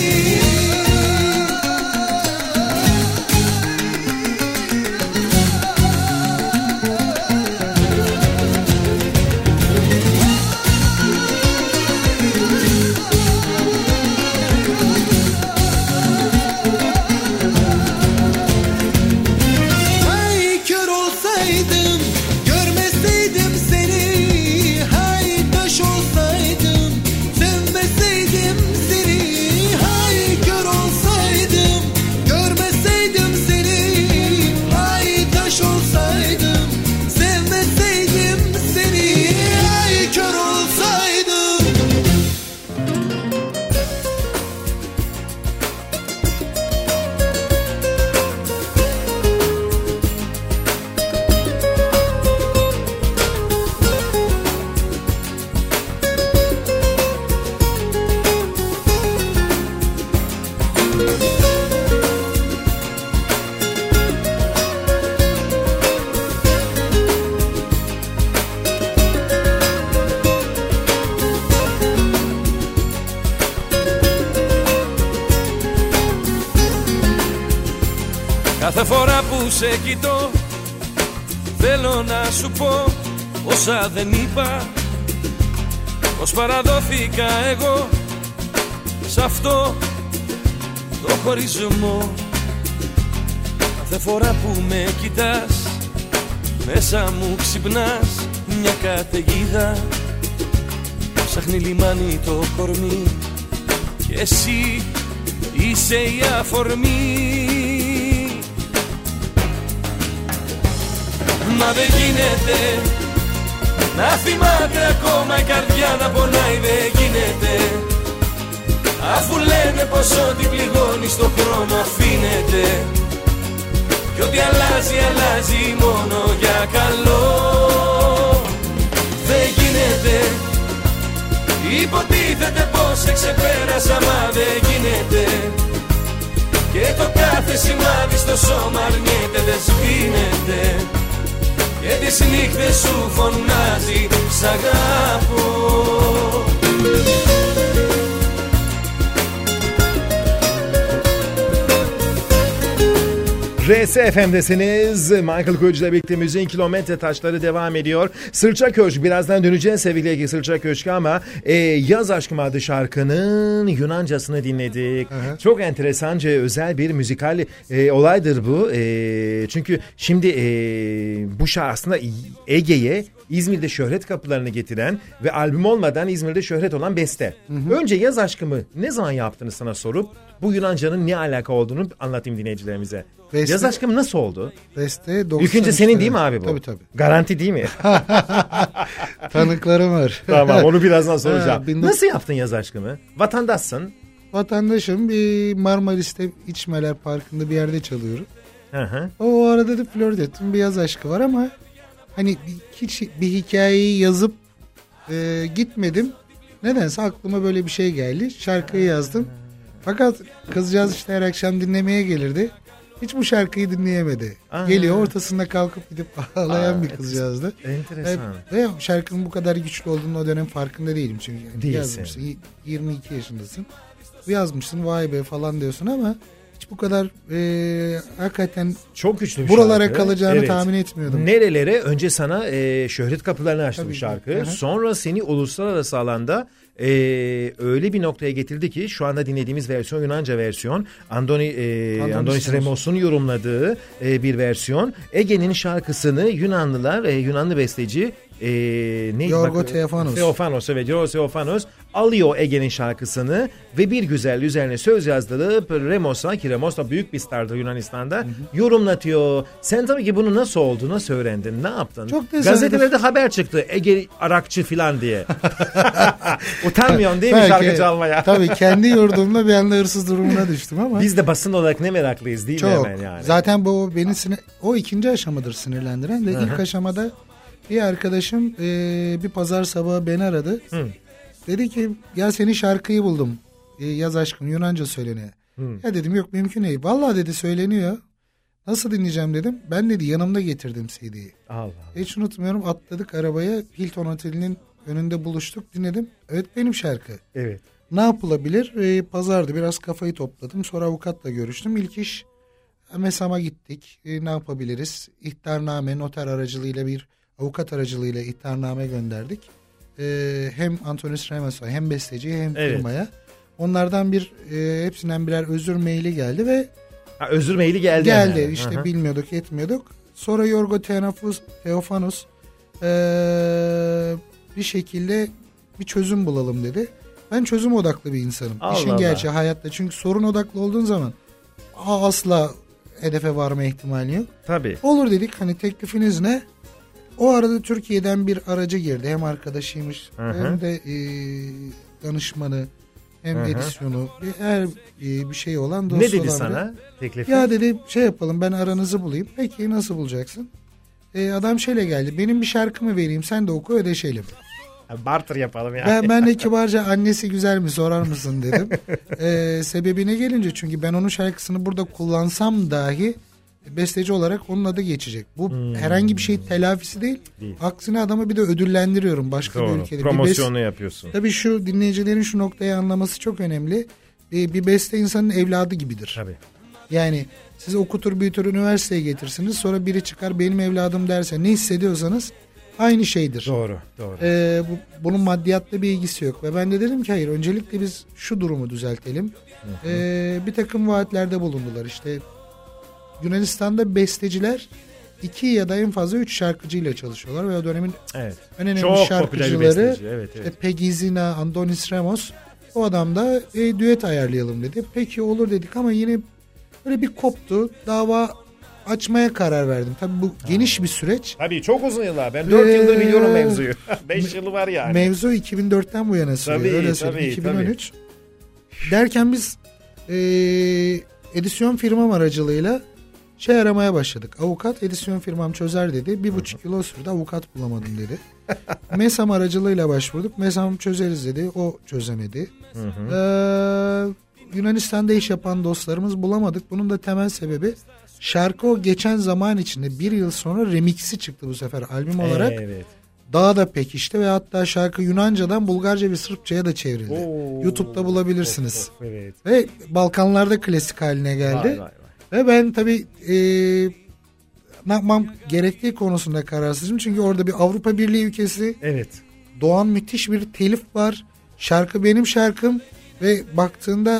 που σε κοιτώ, θέλω να σου πω όσα δεν είπα, πως παραδόθηκα εγώ σ' αυτό το χωρισμό. Κάθε φορά που με κοιτάς, μέσα μου ξυπνάς μια καταιγίδα. Ψάχνει λιμάνι το κορμί και εσύ είσαι η αφορμή. Μα δεν γίνεται να θυμάται ακόμα η καρδιά να πονάει, δεν γίνεται. Αφού λένε πως ό,τι πληγώνει στο χρόνο αφήνεται, κι ό,τι αλλάζει, αλλάζει μόνο για καλό. Δεν γίνεται, υποτίθεται πως σε ξεπέρασα, μα δεν γίνεται. Και το κάθε σημάδι στο σώμα αρνιέται, δεν σβήνεται. Και τις νύχτες σου φωνάζει, σ' αγαπώ. RSFM'desiniz. Michael Kuyucu'yla birlikte müziğin kilometre taşları devam ediyor. Sırça Köşk. Birazdan döneceğiz sevgili Sırça Köşk'e ama Yaz Aşkım adlı şarkının Yunancasını dinledik. Hı-hı. Çok enteresanca özel bir müzikal olaydır bu. Çünkü şimdi bu şarkı aslında Ege'ye İzmir'de şöhret kapılarını getiren ve albüm olmadan İzmir'de şöhret olan beste. Hı-hı. Önce Yaz Aşkım'ı ne zaman yaptığını sana sorup bu Yunanca'nın ne alaka olduğunu anlatayım dinleyicilerimize. Beste, Yaz Aşkım nasıl oldu? Beste 90. İlk önce senin değil mi abi bu? Tabii. Garanti değil mi? Tanıklarım var. Tamam, onu birazdan soracağım. Nasıl yaptın Yaz Aşkım'ı? Vatandaşsın. Vatandaşım, bir Marmaris'te İçmeler Parkı'nda bir yerde çalıyorum. Hı. O arada da flört ettim, bir yaz aşkı var ama hani hiç bir hikayeyi yazıp gitmedim. Nedense aklıma böyle bir şey geldi. Şarkıyı yazdım. Fakat kızcağız işte her akşam dinlemeye gelirdi. Hiç bu şarkıyı dinleyemedi. Geliyor, ortasında kalkıp gidip ağlayan bir kızcağızdı. Enteresan. Ve şarkının bu kadar güçlü olduğunu o dönem farkında değilim. Çünkü değilsin. Yazmışsın, 22 yaşındasın. Yazmışsın, vay be falan diyorsun ama hiç bu kadar hakikaten çok güçlü bir buralara şarkı. Kalacağını tahmin etmiyordum. Nerelere? Önce sana şöhret kapılarını açtı bu şarkı. Hı-hı. Sonra seni uluslararası alanda öyle bir noktaya getirdi ki şu anda dinlediğimiz versiyon Yunanca versiyon. Andonis Remos'un yorumladığı bir versiyon. Ege'nin şarkısını Yunanlı besteci Yorgo Theophanos. Evet, Yorgo Theophanos alıyor Ege'nin şarkısını ve bir güzel üzerine söz yazdırıp Remos'a, ki Remos da büyük bir stardır Yunanistan'da, yorumlatıyor. Sen tabii ki bunu nasıl oldu, nasıl öğrendin, ne yaptın? Çok tesadüf. Gazetelerde haber çıktı, Ege Arakçı falan diye. Utanmıyorsun değil mi şarkı çalmaya? Tabii kendi yurdumda bir anda hırsız durumuna düştüm ama. Biz de basın olarak ne meraklıyız değil mi hemen yani? Zaten bu beni o ikinci aşamadır sinirlendiren ve ilk aşamada bir arkadaşım bir pazar sabahı beni aradı. Hı. Dedi ki ya senin şarkıyı buldum. Yaz Aşkım Yunanca söyleniyor. Ya dedim yok mümkün değil. Vallahi dedi söyleniyor. Nasıl dinleyeceğim dedim. Ben dedi yanımda getirdim CD'yi. Allah. Hiç unutmuyorum, atladık arabaya, Hilton Oteli'nin önünde buluştuk, dinledim. Evet benim şarkı. Evet. Ne yapılabilir? Pazardı, biraz kafayı topladım. Sonra avukatla görüştüm. İlk iş MESAM'a gittik. Ne yapabiliriz? İhtarname, noter aracılığıyla bir avukat aracılığıyla ihtarname gönderdik. Hem Antonis Remos'a hem besteciye hem firmaya. Onlardan hepsinden birer özür maili geldi ve özür maili geldi. Yani. İşte bilmiyorduk, etmiyorduk. Sonra Yorgo Theophanos bir şekilde bir çözüm bulalım dedi. Ben çözüm odaklı bir insanım. İşin gerçeği hayatta. Çünkü sorun odaklı olduğun zaman asla hedefe varma ihtimali yok. Tabii. Olur dedik, hani teklifiniz ne? O arada Türkiye'den bir aracı girdi. Hem arkadaşıymış hem de danışmanı hem edisyonu her bir şey olan dostu. Ne dedi olan sana teklifi? Ya dedi şey yapalım, ben aranızı bulayım. Peki nasıl bulacaksın? Adam şöyle geldi. Benim bir şarkımı vereyim, sen de oku, ödeşelim. Barter yapalım yani. Ben de kibarca annesi güzel mi sorar mısın dedim. Sebebine gelince, çünkü ben onun şarkısını burada kullansam dahi besteci olarak onun adı geçecek. Bu herhangi bir şey telafisi değil. Aksine adamı bir de ödüllendiriyorum başka bir ülkede. Promosyonu yapıyorsun. Tabii şu dinleyicilerin şu noktayı anlaması çok önemli. Bir beste insanın evladı gibidir. Tabii. Yani sizi okutur büyütür üniversiteye getirsiniz. Sonra biri çıkar benim evladım derse ne hissediyorsanız aynı şeydir. Doğru. Bunun maddiyatla bir ilgisi yok. Ve ben de dedim ki hayır, öncelikle biz şu durumu düzeltelim. Bir takım vaatlerde bulundular. İşte Yunanistan'da besteciler 2 ya da en fazla 3 şarkıcıyla çalışıyorlar. Ve o dönemin önemli çok şarkıcıları işte Pegizina, Andonis Ramos. O adam da düet ayarlayalım dedi. Peki olur dedik ama yine böyle bir koptu. Dava açmaya karar verdim. Tabii bu geniş bir süreç. Tabii çok uzun yıllar. Ben 4 yıldır biliyorum mevzuyu. 5 yılı var yani. Mevzu 2004'ten bu yana sürüyor. Öyle söyleyeyim. 2013. Derken biz edisyon firmam aracılığıyla aramaya başladık. Avukat, edisyon firmam çözer dedi. 1,5 yıl sürdü, avukat bulamadım dedi. MESAM aracılığıyla başvurduk. MESAM çözeriz dedi. O çözemedi. Yunanistan'da iş yapan dostlarımız bulamadık. Bunun da temel sebebi şarkı o geçen zaman içinde 1 yıl sonra remix'i çıktı bu sefer albüm olarak. Evet. Daha da pekişti ve hatta şarkı Yunancadan Bulgarca ve Sırpçaya da çevrildi. YouTube'da bulabilirsiniz. Evet. Ve Balkanlarda klasik haline geldi. Vay. Ve ben tabii ne yapmam gerektiği konusunda kararsızım. Çünkü orada bir Avrupa Birliği ülkesi. Evet. Doğan müthiş bir telif var. Şarkı benim şarkım. Ve baktığında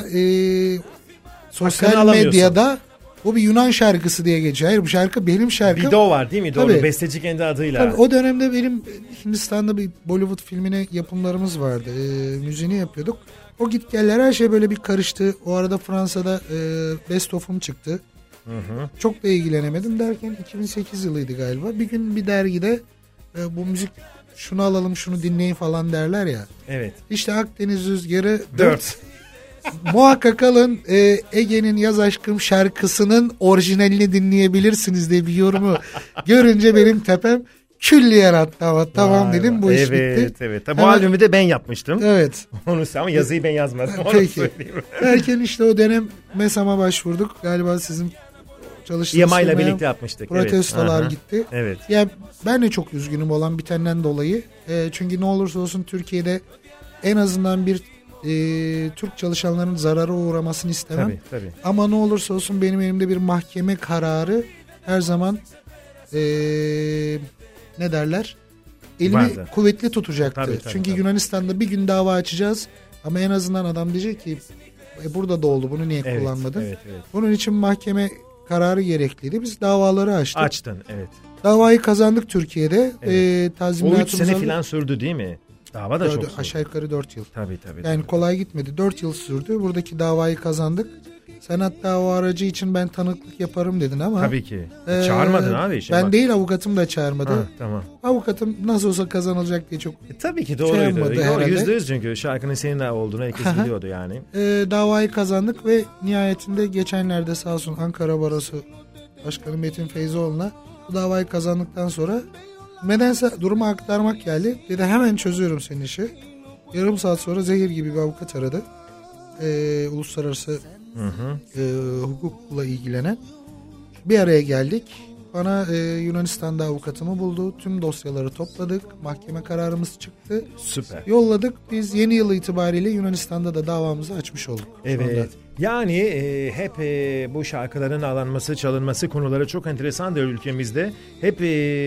sosyal medyada bu bir Yunan şarkısı diye geçiyor. Hayır, bu şarkı benim şarkım. Bir de o var değil mi? Doğru. Tabii. Besteci kendi adıyla. Tabii, o dönemde benim Hindistan'da bir Bollywood filmine yapımlarımız vardı. Müziğini yapıyorduk. O gitgeller her şey böyle bir karıştı. O arada Fransa'da Best of'um çıktı. Çok da ilgilenemedim derken 2008 yılıydı galiba. Bir gün bir dergide bu müzik şunu alalım şunu dinleyin falan derler ya. Evet. İşte Akdeniz Rüzgarı 4. Muhakkak alın Ege'nin Yaz Aşkım şarkısının orijinalini dinleyebilirsiniz diye bir yorumu görünce benim tepem külliyen attı ama tamam dedim bu iş bitti. Evet. Bu albümü de ben yapmıştım. Evet. Onu ama yazıyı ben yazmadım. Peki. Derken işte o dönem MESAM'a başvurduk. Galiba sizin çalıştığınız İMA'yla birlikte yapmıştık. Protestolar gitti. Evet. Ya ben de çok üzgünüm olan bitenden dolayı. Çünkü ne olursa olsun Türkiye'de en azından bir Türk çalışanların zarara uğramasını istemem. Tabii. Ama ne olursa olsun benim elimde bir mahkeme kararı her zaman ne derler? Elimi vardı. Kuvvetli tutacaktı. Tabii. Çünkü Yunanistan'da bir gün dava açacağız ama en azından adam diyecek ki burada da oldu, bunu niye kullanmadın? Evet. Bunun için mahkeme kararı gerekliydi. Biz davaları açtık. Açtın, evet. Davayı kazandık Türkiye'de. Evet. O 3 sene falan sürdü değil mi? Dava da çok sürdü. Aşağı yukarı 4 yıl. Tabii. Yani kolay gitmedi. 4 yıl sürdü. Buradaki davayı kazandık. Sen hatta o aracı için ben tanıklık yaparım dedin ama. Tabii ki. Çağırmadın abi. Ben değil, avukatım da çağırmadı. Tamam. Avukatım nasıl olsa kazanılacak diye çok tabii ki doğruydu. %100 çünkü şarkının senin olduğunu herkes biliyordu yani. Davayı kazandık ve nihayetinde geçenlerde sağ olsun Ankara Barosu Başkanı Metin Feyzoğlu'na bu davayı kazandıktan sonra nedense durumu aktarmak geldi. Dedi hemen çözüyorum senin işi. Yarım saat sonra zehir gibi bir avukat aradı. Uluslararası hukukla ilgilenen. Bir araya geldik. Bana Yunanistan'da avukatımı buldu. Tüm dosyaları topladık. Mahkeme kararımız çıktı. Süper. Yolladık. Biz yeni yıl itibariyle Yunanistan'da da davamızı açmış olduk. Evet. Yani hep bu şarkıların ağlanması, çalınması konuları çok enteresandır ülkemizde. Hep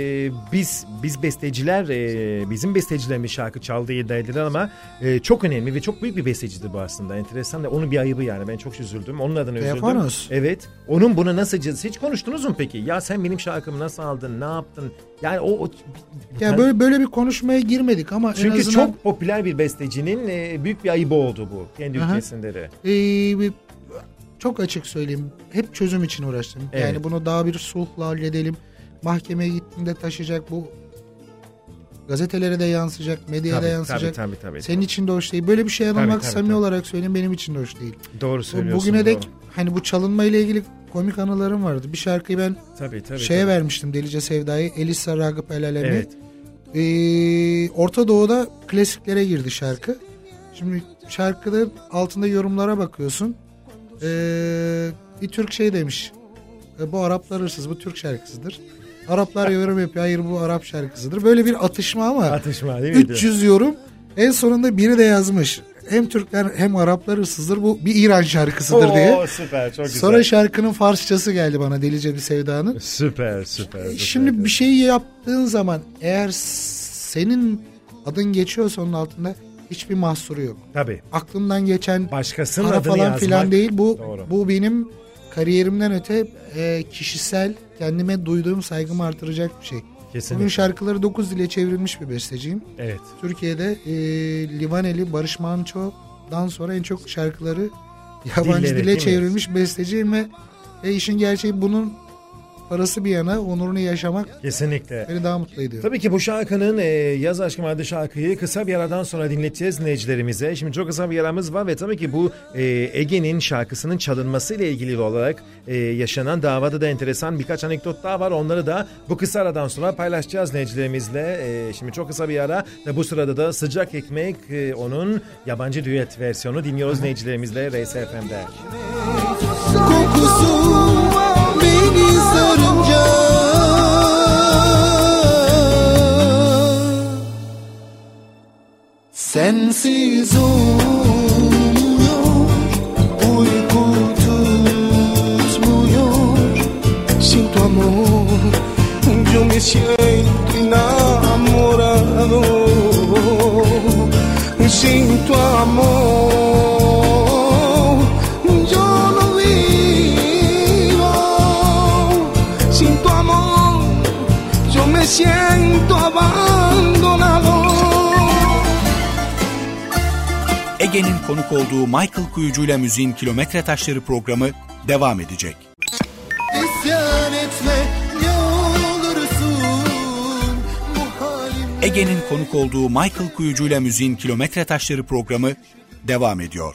biz besteciler, bizim bestecilerimiz şarkı çaldığı iddia edilir ama çok önemli ve çok büyük bir bestecidir bu aslında. Enteresan da onun bir ayıbı yani. Ben çok üzüldüm. Onun adına üzüldüm. Stefanos. Evet. Onun bunu nasıl, hiç konuştunuz mu peki? Ya sen benim şarkımı nasıl aldın? Ne yaptın? Yani ya böyle bir konuşmaya girmedik ama çünkü en azından çok popüler bir bestecinin büyük bir ayıbı oldu bu kendi ülkesinde de. Çok açık söyleyeyim. Hep çözüm için uğraştım. Evet. Yani bunu daha bir sulhla halledelim. Mahkemeye gittiğinde taşıyacak, bu gazetelere de yansıyacak, medyaya da yansıyacak. Tabii. Senin için de hoş değil. Böyle bir şey yanılmak samimi olarak söyleyeyim, benim için de hoş değil. Doğru söylüyorsun. Bugüne dek hani bu çalınma ile ilgili komik anılarım vardı. Bir şarkıyı ben vermiştim, Delice Sevda'yı. Elisa Ragıp El Alemi. Evet. Orta Doğu'da klasiklere girdi şarkı. Şimdi şarkıda altında yorumlara bakıyorsun. Bir Türk demiş. Bu Araplar hırsız, bu Türk şarkısıdır. Araplar yorum yapıyor. Hayır, bu Arap şarkısıdır. Böyle bir atışma ama. Atışma değil mi? 300 yorum. En sonunda biri de yazmış. hem Türkler hem Araplar hırsızdır. Bu bir İran şarkısıdır diye. Süper, çok güzel. Sonra şarkının Farsçası geldi bana, Delice Bir Sevda'nın. Süper. Şimdi bir şeyi yaptığın zaman eğer senin adın geçiyorsa onun altında hiçbir mahsuru yok. Tabii. Aklımdan geçen başkasının para adını falan yazmak filan değil. doğru. Bu benim kariyerimden öte kişisel kendime duyduğum saygımı artıracak bir şey. Kesinlikle. Bugün şarkıları 9 dile çevrilmiş bir besteciyim. Evet. Türkiye'de Livaneli Barış Manço'dan sonra en çok şarkıları yabancı dile çevrilmiş besteciyim ve işin gerçeği bunun parası bir yana onurunu yaşamak kesinlikle beni daha mutlu ediyor. Tabii ki bu şarkının Yaz Aşkım adlı şarkıyı kısa bir aradan sonra dinleteceğiz dinleyicilerimize. Şimdi çok kısa bir aramız var ve tabii ki bu Ege'nin şarkısının çalınması ile ilgili olarak yaşanan davada da enteresan birkaç anekdot daha var. Onları da bu kısa aradan sonra paylaşacağız dinleyicilerimizle. Şimdi çok kısa bir ara ve bu sırada da Sıcak Ekmek onun yabancı düet versiyonu dinliyoruz dinleyicilerimizle RSFM'de. Kokusu beni sarınca sensiz olmuyor, uyku tutmuyor. Sin tu amor yo me siento enamorado. Sin tu amor yo no vivo. Sin tu amor yo me siento abandonado. Ege'nin konuk olduğu Michael Kuyucu ile Müziğin Kilometre Taşları programı devam edecek. İsyan etme ne olursun bu halim. Ege'nin konuk olduğu Michael Kuyucu ile Müziğin Kilometre Taşları programı devam ediyor.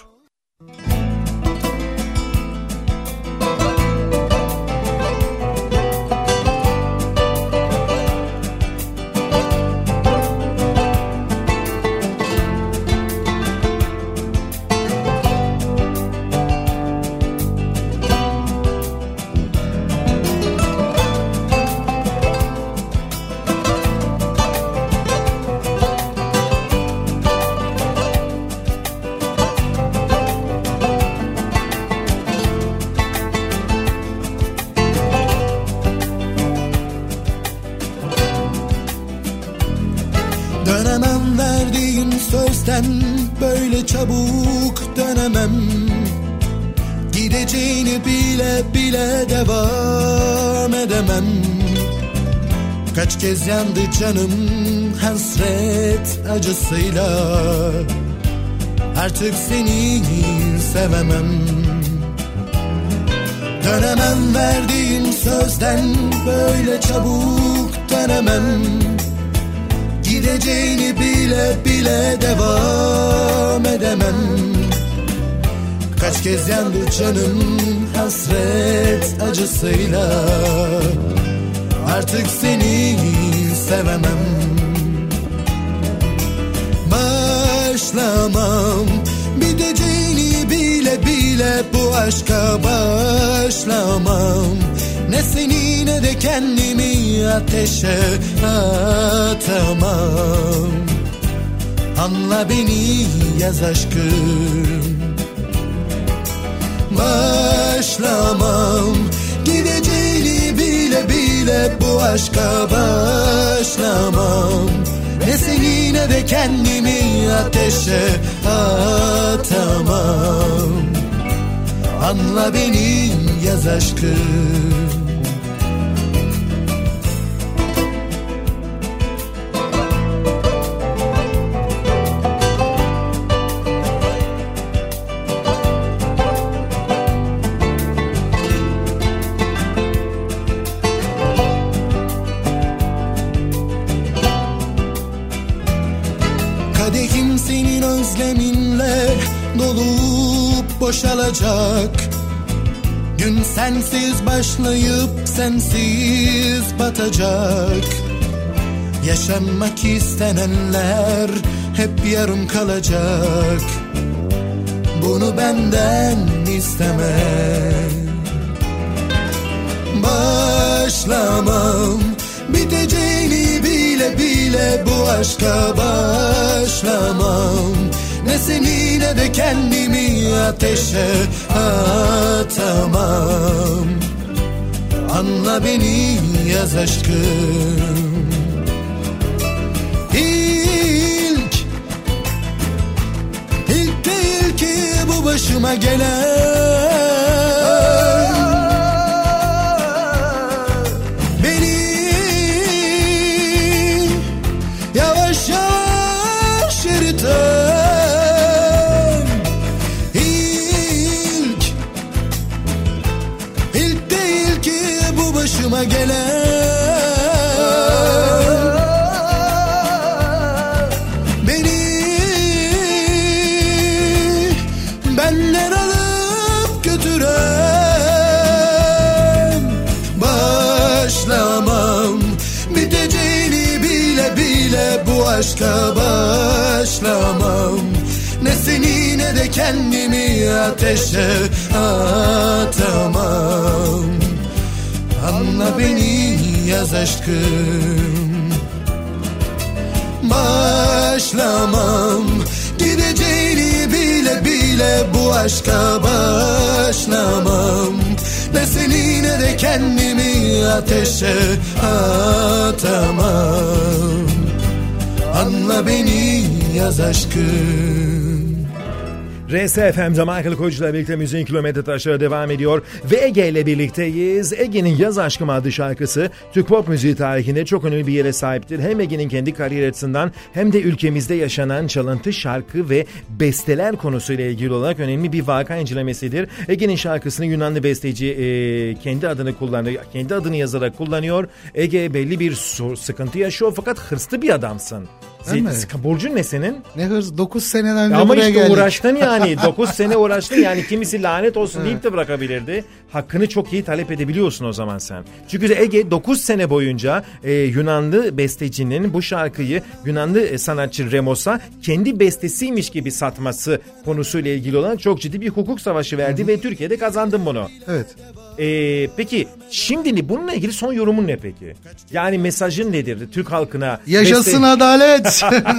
Dönemem verdiğin sözden böyle çabuk dönemem. Gideceğini bile bile devam edemem. Kaç kez yandı canım hasret acısıyla. Artık seni sevemem. Dönemem verdiğin sözden böyle çabuk dönemem. Gideceğini bile bile devam edemem. Kaç kez yandı canım hasret acısıyla. Artık seni sevemem. Başlamam, biteceğini bile bile bu aşka başlamam. Ne seni ne de kendimi ateşe atamam. Anla beni yaz aşkım. Başlamam, gideceğini bile bile bu aşka başlamam. Ne seni ne de kendimi ateşe atamam. Anla beni yaz aşkım. Kadehim senin özleminle dolup boşalacak. Gün sensiz başlayıp sensiz batacak. Yaşanmak istenenler hep yarım kalacak. Bunu benden isteme. Başlamam, biteceğini bile bile bu aşka başlamam. Ne seni ne de kendimi ateşe atamam. Anla beni yaz aşkım. İlk değil ki bu başıma gelen. Beni yavaş yavaş eriten. İlk değil ki bu başıma gelen. Benden alıp götüren. Başlamam, biteceğini bile bile bu aşka başlamam. Ne seni ne de kendimi ateşe atamam. Anla beni yaz aşkım. Başlamam, gideceğini bile bile bu aşka başlamam. Ne seni ne de kendimi ateşe atamam. Anla beni yaz aşkım. RSFM'de Michael Koç'la birlikte müziğin kilometre taşları devam ediyor ve Ege ile birlikteyiz. Ege'nin Yaz Aşkım adlı şarkısı Türk pop müziği tarihinde çok önemli bir yere sahiptir. Hem Ege'nin kendi kariyeri açısından hem de ülkemizde yaşanan çalıntı şarkı ve besteler konusuyla ilgili olarak önemli bir vaka incelemesidir. Ege'nin şarkısını Yunanlı besteci kendi adını kullanıyor, kendi adını yazarak kullanıyor. Ege belli bir sıkıntı yaşıyor fakat hırslı bir adamsın. Burcun ne senin? Ne hırs, 9 seneden önce ama buraya işte geldik. Uğraştın yani 9 sene uğraştın yani kimisi lanet olsun deyip de bırakabilirdi. Hakkını çok iyi talep edebiliyorsun o zaman sen. Çünkü Ege 9 sene boyunca Yunanlı bestecinin bu şarkıyı Yunanlı sanatçı Remos'a kendi bestesiymiş gibi satması konusuyla ilgili olan çok ciddi bir hukuk savaşı verdi ve Türkiye'de kazandın bunu. Evet. Peki şimdi bununla ilgili son yorumun ne peki? Yani mesajın nedir Türk halkına? Yaşasın adalet.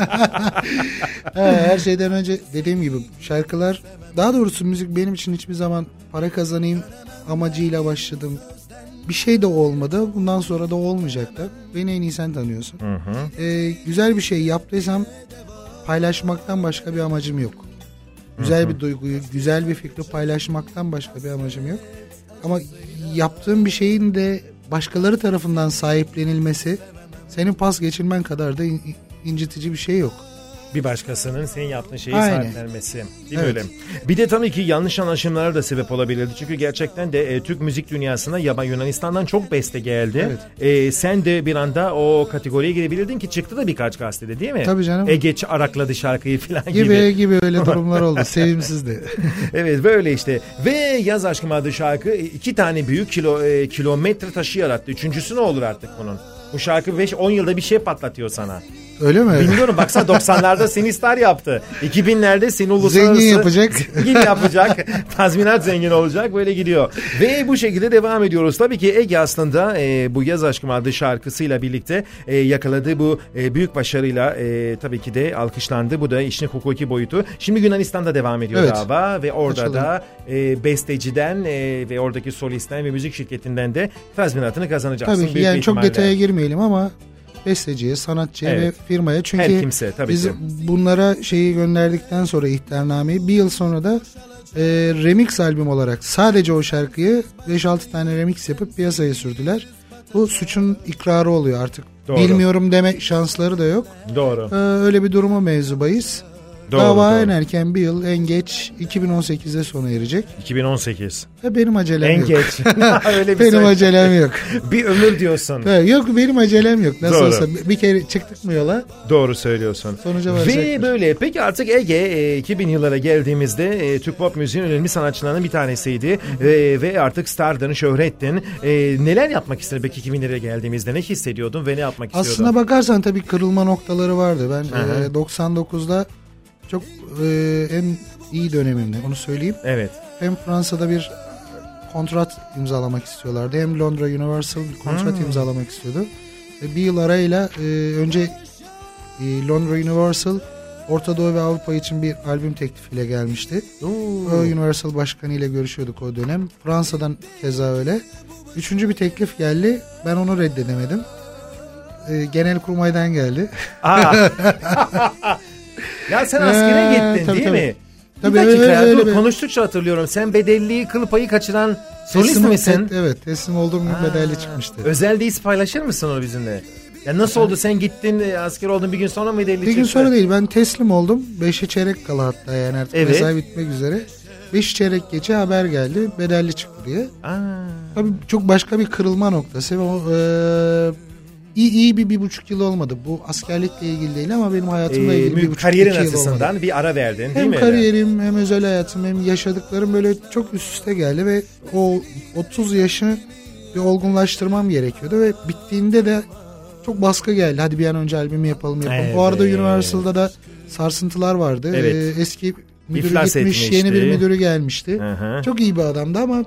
Her şeyden önce dediğim gibi şarkılar, daha doğrusu müzik benim için hiçbir zaman para kazanayım amacıyla başladım. Bir şey de olmadı. Bundan sonra da olmayacak da. Beni en iyi sen tanıyorsun. Güzel bir şey yaptıysam paylaşmaktan başka bir amacım yok. Güzel bir duyguyu, güzel bir fikri paylaşmaktan başka bir amacım yok. Ama yaptığım bir şeyin de başkaları tarafından sahiplenilmesi, senin pas geçirmen kadar da incitici bir şey yok. Bir başkasının senin yaptığın şeyi Aynen. sahiplenmesi. Değil mi öyle? Bir de tabii ki yanlış anlaşılmalara da sebep olabilirdi. Çünkü gerçekten de Türk müzik dünyasına Yunanistan'dan çok beste geldi. Evet. Sen de bir anda o kategoriye girebilirdin ki çıktı da birkaç gazetede değil mi? Tabii canım. Ege arakladı şarkıyı falan gibi. Gibi öyle durumlar oldu. Sevimsizdi. Evet böyle işte. Ve Yaz Aşkım adlı şarkı 2 tane büyük kilometre taşı yarattı. Üçüncüsü ne olur artık bunun? Bu şarkı 5-10 yılda bir şey patlatıyor sana. Öyle mi? Bilmiyorum, baksana 90'larda seni star yaptı. 2000'lerde seni uluslararası zengin yapacak. Zengin yapacak. Tazminat zengin olacak. Böyle gidiyor. Ve bu şekilde devam ediyoruz. Tabii ki Ege aslında bu Yaz Aşkım adlı şarkısıyla birlikte yakaladığı bu büyük başarıyla tabii ki de alkışlandı. Bu da işin hukuki boyutu. Şimdi Yunanistan'da devam ediyor dava ve orada da besteciden ve oradaki solistten ve müzik şirketinden de tazminatını kazanacaksın. Tabii ki yani çok detaya girmeyelim ama besteciye, sanatçıya ve firmaya, çünkü her kimse, tabii biz ki. Bunlara şeyi gönderdikten sonra ihtarnameyi, bir yıl sonra da remix albüm olarak sadece o şarkıyı 5-6 tane remix yapıp piyasaya sürdüler. Bu suçun ikrarı oluyor artık. Doğru. Bilmiyorum deme şansları da yok. Doğru. Öyle bir duruma mevzubayız. Dava en erken bir yıl, en geç 2018'de sona erecek. 2018. Benim acelem en yok. En geç. Öyle bir benim acelem yok. Bir ömür diyorsun. Yok, benim acelem yok. Nasıl Doğru. olsa bir kere çıktık mı yola? Doğru söylüyorsun. Sonuca varacak. Ve böyle. Peki artık Ege 2000 yıllara geldiğimizde Türk pop müziğin önemli sanatçılarından bir tanesiydi. Ve artık stardın, şöhrettin. Neler yapmak istedin peki 2000'lere geldiğimizde? Ne hissediyordun ve ne yapmak istiyordun? Aslına bakarsan tabii kırılma noktaları vardı. Ben 99'da çok en iyi dönemimde, onu söyleyeyim. Evet. Hem Fransa'da bir kontrat imzalamak istiyorlardı, hem Londra Universal bir kontrat imzalamak istiyordu. Bir yıl arayla önce Londra Universal Orta Doğu ve Avrupa için bir albüm teklifiyle gelmişti. Universal Başkanı ile görüşüyorduk o dönem. Fransa'dan keza öyle. 3. bir teklif geldi. Ben onu reddedemedim. Genelkurmay'dan geldi. Ya sen askere gittin tabii, değil tabii. mi? Tabii, bir dakika öyle dur, konuştukça hatırlıyorum. Sen bedelliyi kıl payı kaçıran solist misin? Evet, teslim olduğum gün bedelli çıkmıştı. Özel değilse paylaşır mısın onu bizimle? Ya nasıl oldu, sen gittin asker oldun bir gün sonra mı bedelli çıktı? Bir gün sonra değil, ben teslim oldum. 5'e çeyrek kala hatta, yani artık evet. mesai bitmek üzere. 5 çeyrek geçe haber geldi, bedelli çıktı diye. Tabii çok başka bir kırılma noktası. İyi bir 1,5 yıl olmadı. Bu askerlikle ilgili değil ama benim hayatımla ilgili 1,5-2 kariyerin yıl açısından olmadı. bir ara verdin değil hem mi? Hem kariyerim hem özel hayatım hem yaşadıklarım böyle çok üst üste geldi ve o 30 yaşı bir olgunlaştırmam gerekiyordu ve bittiğinde de çok baskı geldi. Hadi bir an önce albümü yapalım. Evet. O arada Universal'da da sarsıntılar vardı. Evet. Eski müdürü İflas gitmiş, etmişti. yeni bir müdürü gelmişti. Hı-hı. Çok iyi bir adamdı ama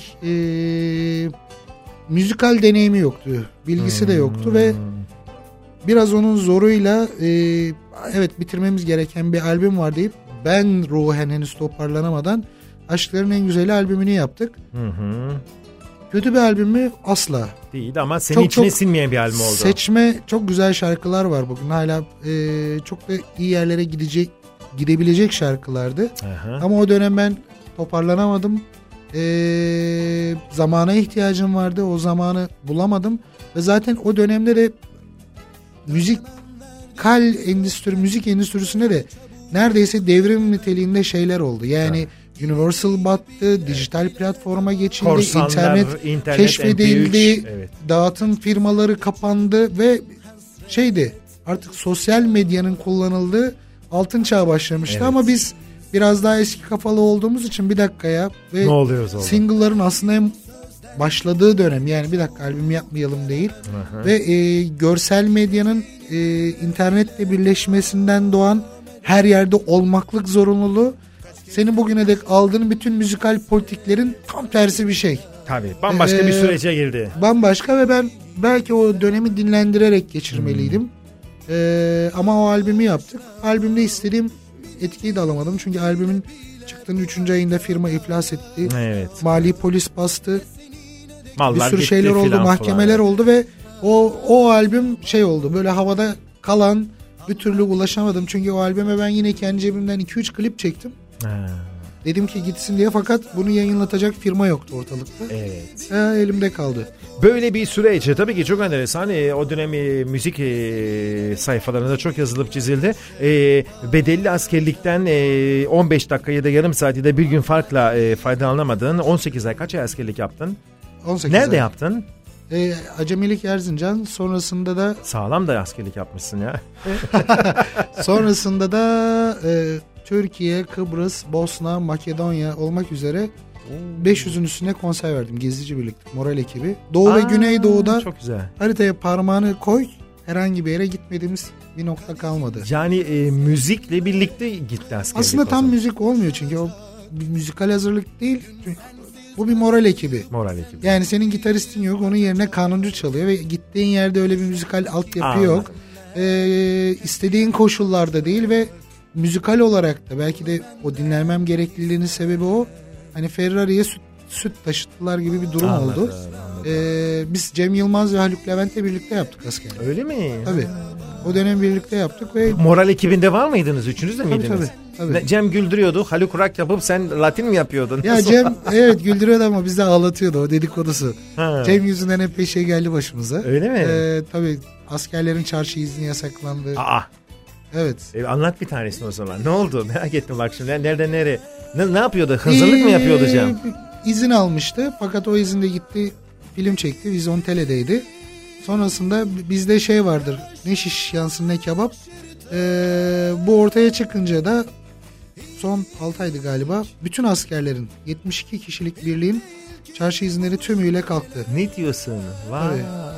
müzikal deneyimi yoktu. Bilgisi de yoktu ve biraz onun zoruyla evet bitirmemiz gereken bir albüm var deyip ben ruhen henüz toparlanamadan Aşkların En Güzeli albümünü yaptık. Kötü bir albüm mü? Asla. Değil ama senin içine sinmeyen bir albüm oldu. Seçme çok güzel şarkılar var bugün. Hala çok da iyi yerlere gidebilecek şarkılardı. Aha. Ama o dönem ben toparlanamadım. Zamana ihtiyacım vardı. O zamanı bulamadım. Ve zaten o dönemde de müzik endüstrisinde de neredeyse devrim niteliğinde şeyler oldu. Yani Universal battı, dijital platforma geçildi, Korsanlar, internet keşfedildi, MP3, evet. Dağıtım firmaları kapandı ve artık sosyal medyanın kullanıldığı altın çağ başlamıştı. Evet. Ama biz biraz daha eski kafalı olduğumuz için bir dakikaya ve single'ların aslında hem başladığı dönem, yani bir dakika albüm yapmayalım değil. Aha. Ve görsel medyanın internetle birleşmesinden doğan her yerde olmaklık zorunluluğu senin bugüne dek aldığın bütün müzikal politiklerin tam tersi bir şey. Tabii bambaşka bir sürece girdi. Bambaşka ve ben belki o dönemi dinlendirerek geçirmeliydim. Ama o albümü yaptık. Albümde istediğim etkiyi de alamadım. Çünkü albümün çıktığının 3. ayında firma iflas etti. Evet. Mali polis bastı. Mallar bir sürü şeyler oldu, mahkemeler oldu ve o albüm oldu. Böyle havada kalan, bir türlü ulaşamadım. Çünkü o albüme ben yine kendi cebimden 2-3 klip çektim. Dedim ki gitsin diye, fakat bunu yayınlatacak firma yoktu ortalıkta. Evet. Elimde kaldı. Böyle bir süreç tabii ki çok enteresan. O dönem müzik sayfalarında çok yazılıp çizildi. Bedelli askerlikten 15 dakika ya da yarım saat ya da bir gün farkla faydalanamadın. 18 ay kaç ay askerlik yaptın? 18 Nerede ay yaptın? Acemilik Erzincan, sonrasında da... Sağlam da askerlik yapmışsın ya. Sonrasında da Türkiye, Kıbrıs, Bosna, Makedonya olmak üzere 500'ün üstüne konser verdim. Gezici birlikte, Moral ekibi. Doğu ve Güneydoğu'da çok güzel. Haritaya parmağını koy, herhangi bir yere gitmediğimiz bir nokta kalmadı. Yani müzikle birlikte gitti askerlik. Aslında tam müzik olmuyor çünkü o bir müzikal hazırlık değil. Bu bir moral ekibi. Moral ekibi. Yani senin gitaristin yok, onun yerine kanuncu çalıyor ve gittiğin yerde öyle bir müzikal altyapı yok. İstediğin koşullarda değil ve müzikal olarak da belki de o dinlenmem gerekliliğinin sebebi o. Hani Ferrari'ye süt taşıttılar gibi bir durum oldu. Biz Cem Yılmaz ve Haluk Levent'le birlikte yaptık asker. Öyle mi? Tabii. O dönem birlikte yaptık ve... Moral ekibinde var mıydınız? Üçünüz de miydiniz? Tabii. Cem güldürüyordu. Haluk rock yapıp sen Latin mi yapıyordun? Ya Cem evet güldürüyordu ama bizi ağlatıyordu, o dedikodusu. Cem yüzünden hep bir şey geldi başımıza. Öyle mi? Tabii askerlerin çarşı izni yasaklandı. Evet. Anlat bir tanesini o zaman. Ne oldu? Merak ettim bak şimdi. Nereden nereye? Ne yapıyordu? Hınzırlık mı yapıyordu Cem? İzin almıştı. Fakat o izinde gitti, film çekti. Vizontele'deydi. Sonrasında bizde vardır. Ne şiş yansın ne kebap. Bu ortaya çıkınca da son 6 aydı galiba. Bütün askerlerin 72 kişilik birliğin çarşı izinleri tümüyle kalktı. Ne diyorsun? Vay.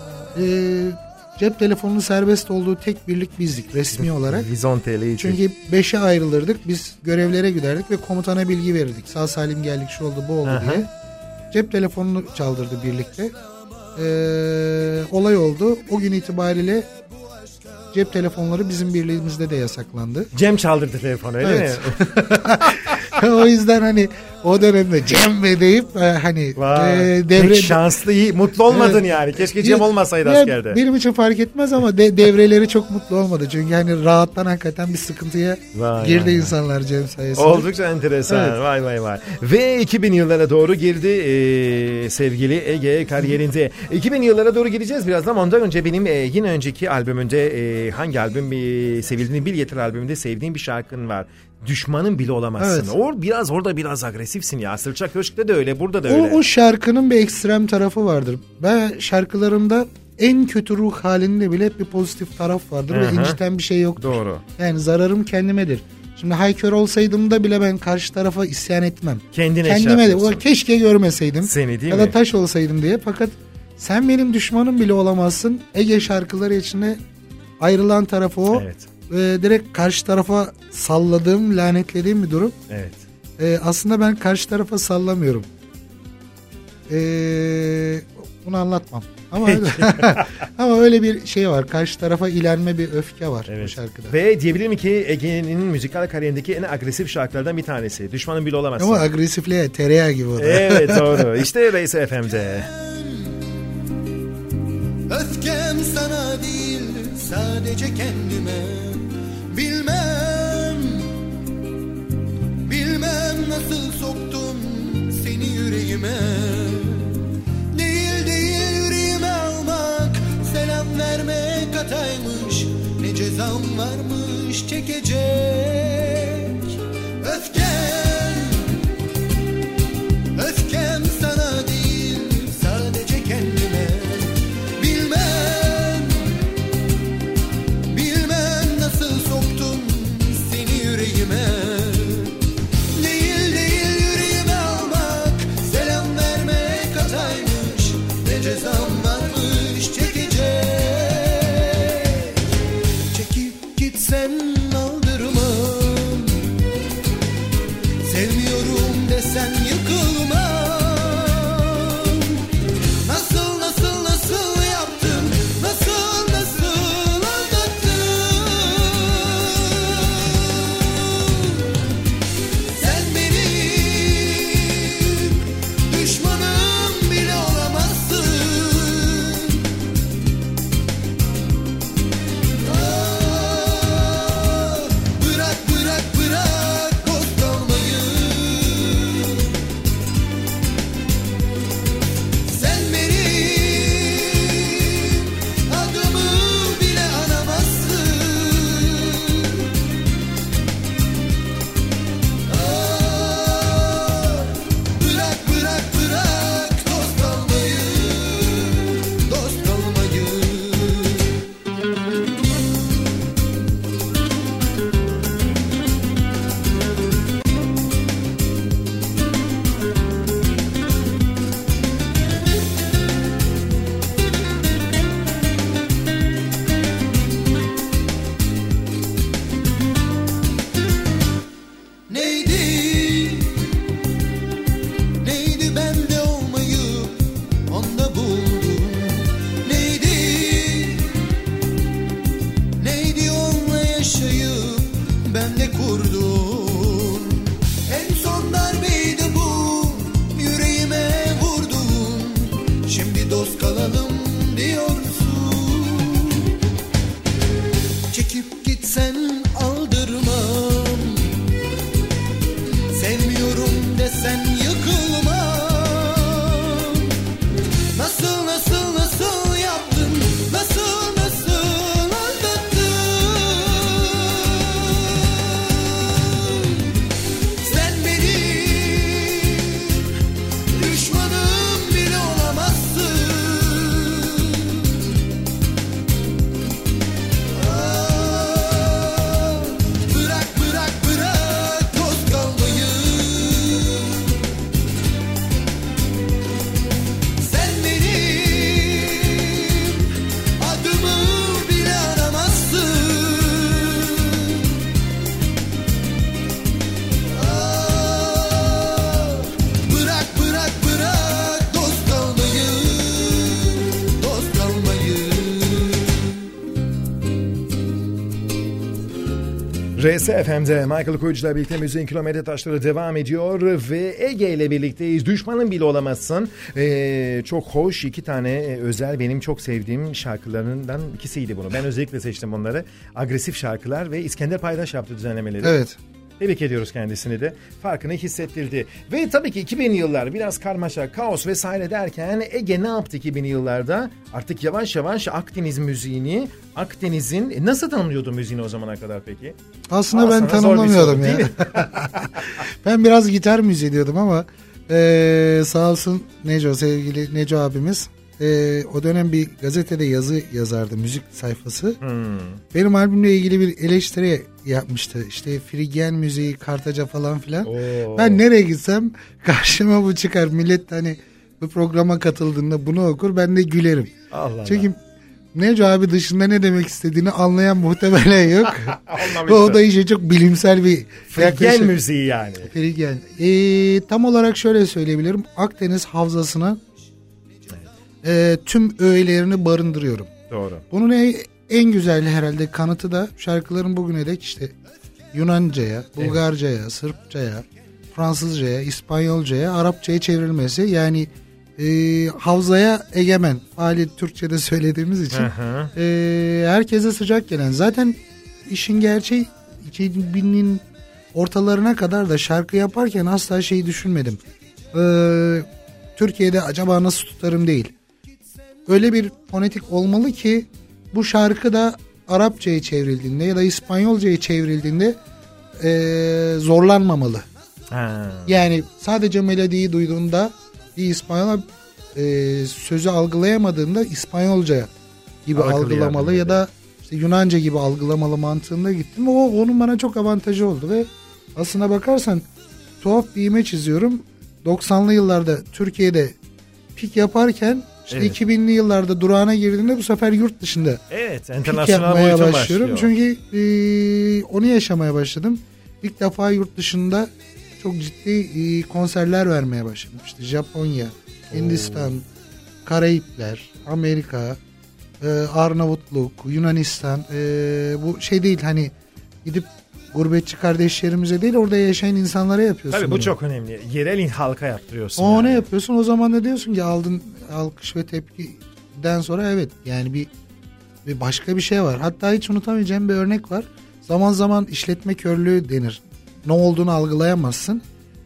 Cep telefonunun serbest olduğu tek birlik bizdik resmi olarak. Vizontele'yi çünkü 5'e ayrılırdık. Biz görevlere giderdik ve komutana bilgi verirdik. Sağ salim geldik, şu oldu bu oldu diye. Cep telefonunu çaldırdı birlikte. Olay oldu. O gün itibariyle cep telefonları bizim birliğimizde de yasaklandı. Cem çaldırdı telefonu öyle mi? O yüzden hani o dönemde Cem Bey deyip hani devre... Pek şanslı, iyi, mutlu olmadın yani. Keşke Cem olmasaydı askerde. Benim için fark etmez ama devreleri çok mutlu olmadı. Çünkü hani rahattan hakikaten bir sıkıntıya girdi insanlar Cem sayesinde. Oldukça enteresan. Evet. Vay. Ve 2000 yıllara doğru girdi sevgili Ege kariyerinde. 2000 yıllara doğru gireceğiz birazdan. Ondan önce benim yine önceki albümünde hangi albüm Sevildiğini Bil Yeter albümünde sevdiğim bir şarkın var. Düşmanın bile olamazsın. Evet. Orada biraz agresifsin ya. Sırça Köşk'te de öyle, burada da öyle. O şarkının bir ekstrem tarafı vardır. Ben şarkılarımda en kötü ruh halinde bile hep bir pozitif taraf vardır. Ve inciten bir şey yoktur. Doğru. Yani zararım kendimedir. Şimdi haykör olsaydım da bile ben karşı tarafa isyan etmem. Kendime de. Keşke görmeseydim. Seni değil ya mi? Ya da taş olsaydım diye. Fakat sen benim düşmanım bile olamazsın. Ege şarkıları içinde ayrılan tarafı o. Evet. Direkt karşı tarafa salladığım, lanetlediğim bir durum. Evet. Aslında ben karşı tarafa sallamıyorum. Bunu anlatmam. Ama öyle bir şey var. Karşı tarafa ilenme bir öfke var bu şarkıda. Ve diyebilir mi ki Ege'nin müzikal kariyerindeki en agresif şarkılardan bir tanesi. Düşmanın bile olamazsın. Ama agresifliğe tereyağı gibi o da. Evet doğru. İşte Race FM'de. Öfkem sana değil sadece kendime. Bilmem nasıl soktum seni yüreğime. Değil yüreğime almak, selam vermek hataymış. Ne cezam varmış çekecek. Öfkem sana değil sadece kendime. Bilmem nasıl soktum seni yüreğime. Değil yüreğime almak, selam vermek hataymış. Ne cezam varmış çekecek. Çekip gitsen aldırmam. Sevmiyorum desen yıkılmam. Nasıl yaptın? Nasıl aldattın? Sen benim düşmanım bile olamazsın. Bırak dost olmayı. Sen benim adımı bile anamazsın. Bırak dost olmayı. Neydi bende olmayı onda buldum. Neydi onunla yaşayıp bende kurdum. En son darbeydi bu, yüreğime vurdun. Şimdi dost kalalım diyorsun. Çekip gitsen aldırmam. Sevmiyorum desen yıkılmam. Nasıl yaptın? Nasıl aldattın? RSFM'de Michael Kuyucu'la birlikte Müziğin Kilometre Taşları devam ediyor ve Ege ile birlikteyiz. Düşmanın bile olamazsın. Çok hoş iki tane özel benim çok sevdiğim şarkılarından ikisiydi bunu. Ben özellikle seçtim onları. Agresif şarkılar ve İskender Paydaş yaptı düzenlemeleri. Evet. Tebrik ediyoruz kendisini de. Farkını hissettirdi. Ve tabii ki 2000'li yıllar biraz karmaşa, kaos vesaire derken Ege ne yaptı 2000'li yıllarda? Artık yavaş yavaş Akdeniz müziğini, Akdeniz'in... Nasıl tanımlıyordu müziğini o zamana kadar peki? Aslında ben tanımlamıyordum ya. Ben biraz gitar müziği diyordum ama sağ olsun Neco, sevgili Neco abimiz o dönem bir gazetede yazı yazardı, müzik sayfası. Benim albümle ilgili bir eleştiri yapmıştı. İşte Frigyen müziği, Kartaca falan filan. Ben nereye gitsem karşıma bu çıkar. Millet hani bu programa katıldığında bunu okur, ben de gülerim. Allah Çünkü Neco abi dışında ne demek istediğini anlayan muhtemelen yok. Ve o da işte çok bilimsel bir Frigyen müziği yani. Frigyen. Tam olarak şöyle söyleyebilirim. Akdeniz havzasına tüm öğelerini barındırıyorum. Doğru. Bunun en güzel herhalde kanıtı da şarkıların bugüne dek işte Yunanca'ya, Bulgarca'ya, Sırpça'ya, Fransızca'ya, İspanyolca'ya, Arapça'ya çevrilmesi. Yani havzaya egemen. Faaliyet Türkçe'de söylediğimiz için herkese sıcak gelen. Zaten işin gerçeği 2000'in ortalarına kadar da şarkı yaparken asla şeyi düşünmedim. Türkiye'de acaba nasıl tutarım değil. Öyle bir fonetik olmalı ki bu şarkı da Arapça'ya çevrildiğinde ya da İspanyolca'ya çevrildiğinde zorlanmamalı. Yani sadece melodiyi duyduğunda bir İspanyol sözü algılayamadığında İspanyolca gibi algılamalı ya da işte Yunanca gibi algılamalı mantığında gittim. Onun bana çok avantajı oldu ve aslına bakarsan tuhaf bir imaj çiziyorum. 90'lı yıllarda Türkiye'de pik yaparken işte 2000'li yıllarda durağına girdiğinde bu sefer yurt dışında pik yapmaya başlıyorum. Çünkü onu yaşamaya başladım. İlk defa yurt dışında çok ciddi konserler vermeye başladım. İşte Japonya, Hindistan, Karayipler, Amerika, Arnavutluk, Yunanistan. Bu şey değil, hani gidip gurbetçi kardeşlerimize değil, orada yaşayan insanlara yapıyorsun. Tabii bu çok önemli. Yerel halka yaptırıyorsun. Ona yapıyorsun. O zaman da diyorsun ki aldın alkış ve tepkiden sonra evet yani bir başka bir şey var. Hatta hiç unutamayacağım bir örnek var. Zaman zaman işletme körlüğü denir. Ne olduğunu algılayamazsın.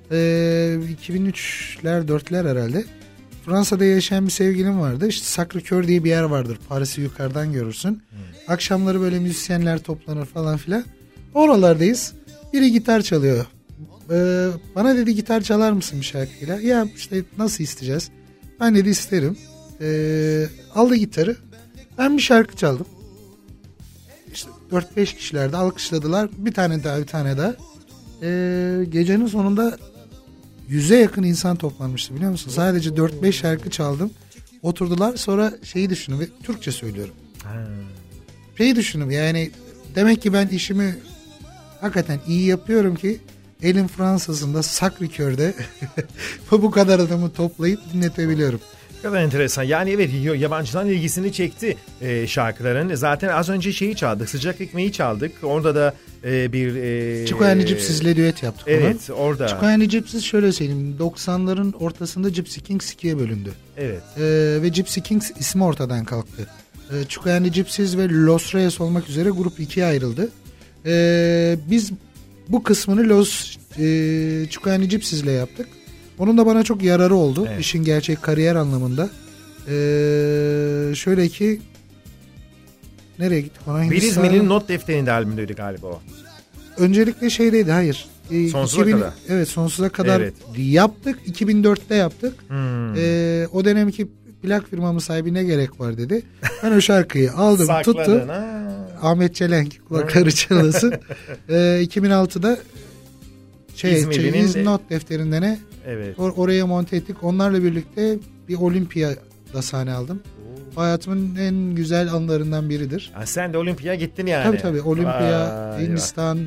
2003'ler 4'ler herhalde. Fransa'da yaşayan bir sevgilim vardı. İşte Sacré-Cœur diye bir yer vardır. Paris'i yukarıdan görürsün. Akşamları böyle müzisyenler toplanır falan filan. Oralardayız. Biri gitar çalıyor. Bana dedi gitar çalar mısın bir şarkıyla? Ya işte nasıl isteyeceğiz? Ben dedi isterim. Aldı gitarı. Ben bir şarkı çaldım. İşte 4-5 kişiler de alkışladılar. Bir tane daha. Gecenin sonunda 100'e yakın insan toplanmıştı, biliyor musun? Sadece 4-5 şarkı çaldım. Oturdular, sonra şeyi düşündüm ve Türkçe söylüyorum. Şeyi düşündüm, yani demek ki ben işimi hakikaten iyi yapıyorum ki elin Fransızında Sacré-Cœur'de bu kadar adamı toplayıp dinletebiliyorum. Ne kadar enteresan. Yani evet, yabancıların ilgisini çekti şarkıların. Zaten az önce şeyi çaldık. Sıcak Ekmeği çaldık. Orada da bir... Çiko Yani Gypsies'le düet yaptık. Evet onu. Orada. Çiko Yani Gypsies şöyle söyleyeyim. 90'ların ortasında Gypsy Kings 2'ye bölündü. Evet. Ve Gypsy Kings ismi ortadan kalktı. Çiko Yani Gypsies ve Los Reyes olmak üzere grup 2'ye ayrıldı. Biz bu kısmını Çiko Yani Gypsies'le yaptık. Onun da bana çok yararı oldu. Evet. İşin gerçek kariyer anlamında. Şöyle ki nereye gittik? Bir İzmir'in not defterinde albümüydü galiba o. Öncelikle şeydeydi, hayır. Sonsuza kadar. Evet, sonsuza kadar yaptık. 2004'te yaptık. O dönemki plak firmamın sahibi ne gerek var dedi. Ben o şarkıyı aldım tuttum. Ahmet Çelenk kulakları çalasın. 2006'da İzmir'in not defterinde ne? Evet. Oraya monte ettik. Onlarla birlikte bir olimpiyada sahne aldım. Hayatımın en güzel anlarından biridir. Sen de olimpiyaya gittin yani. Tabii. Olimpiya, Hindistan,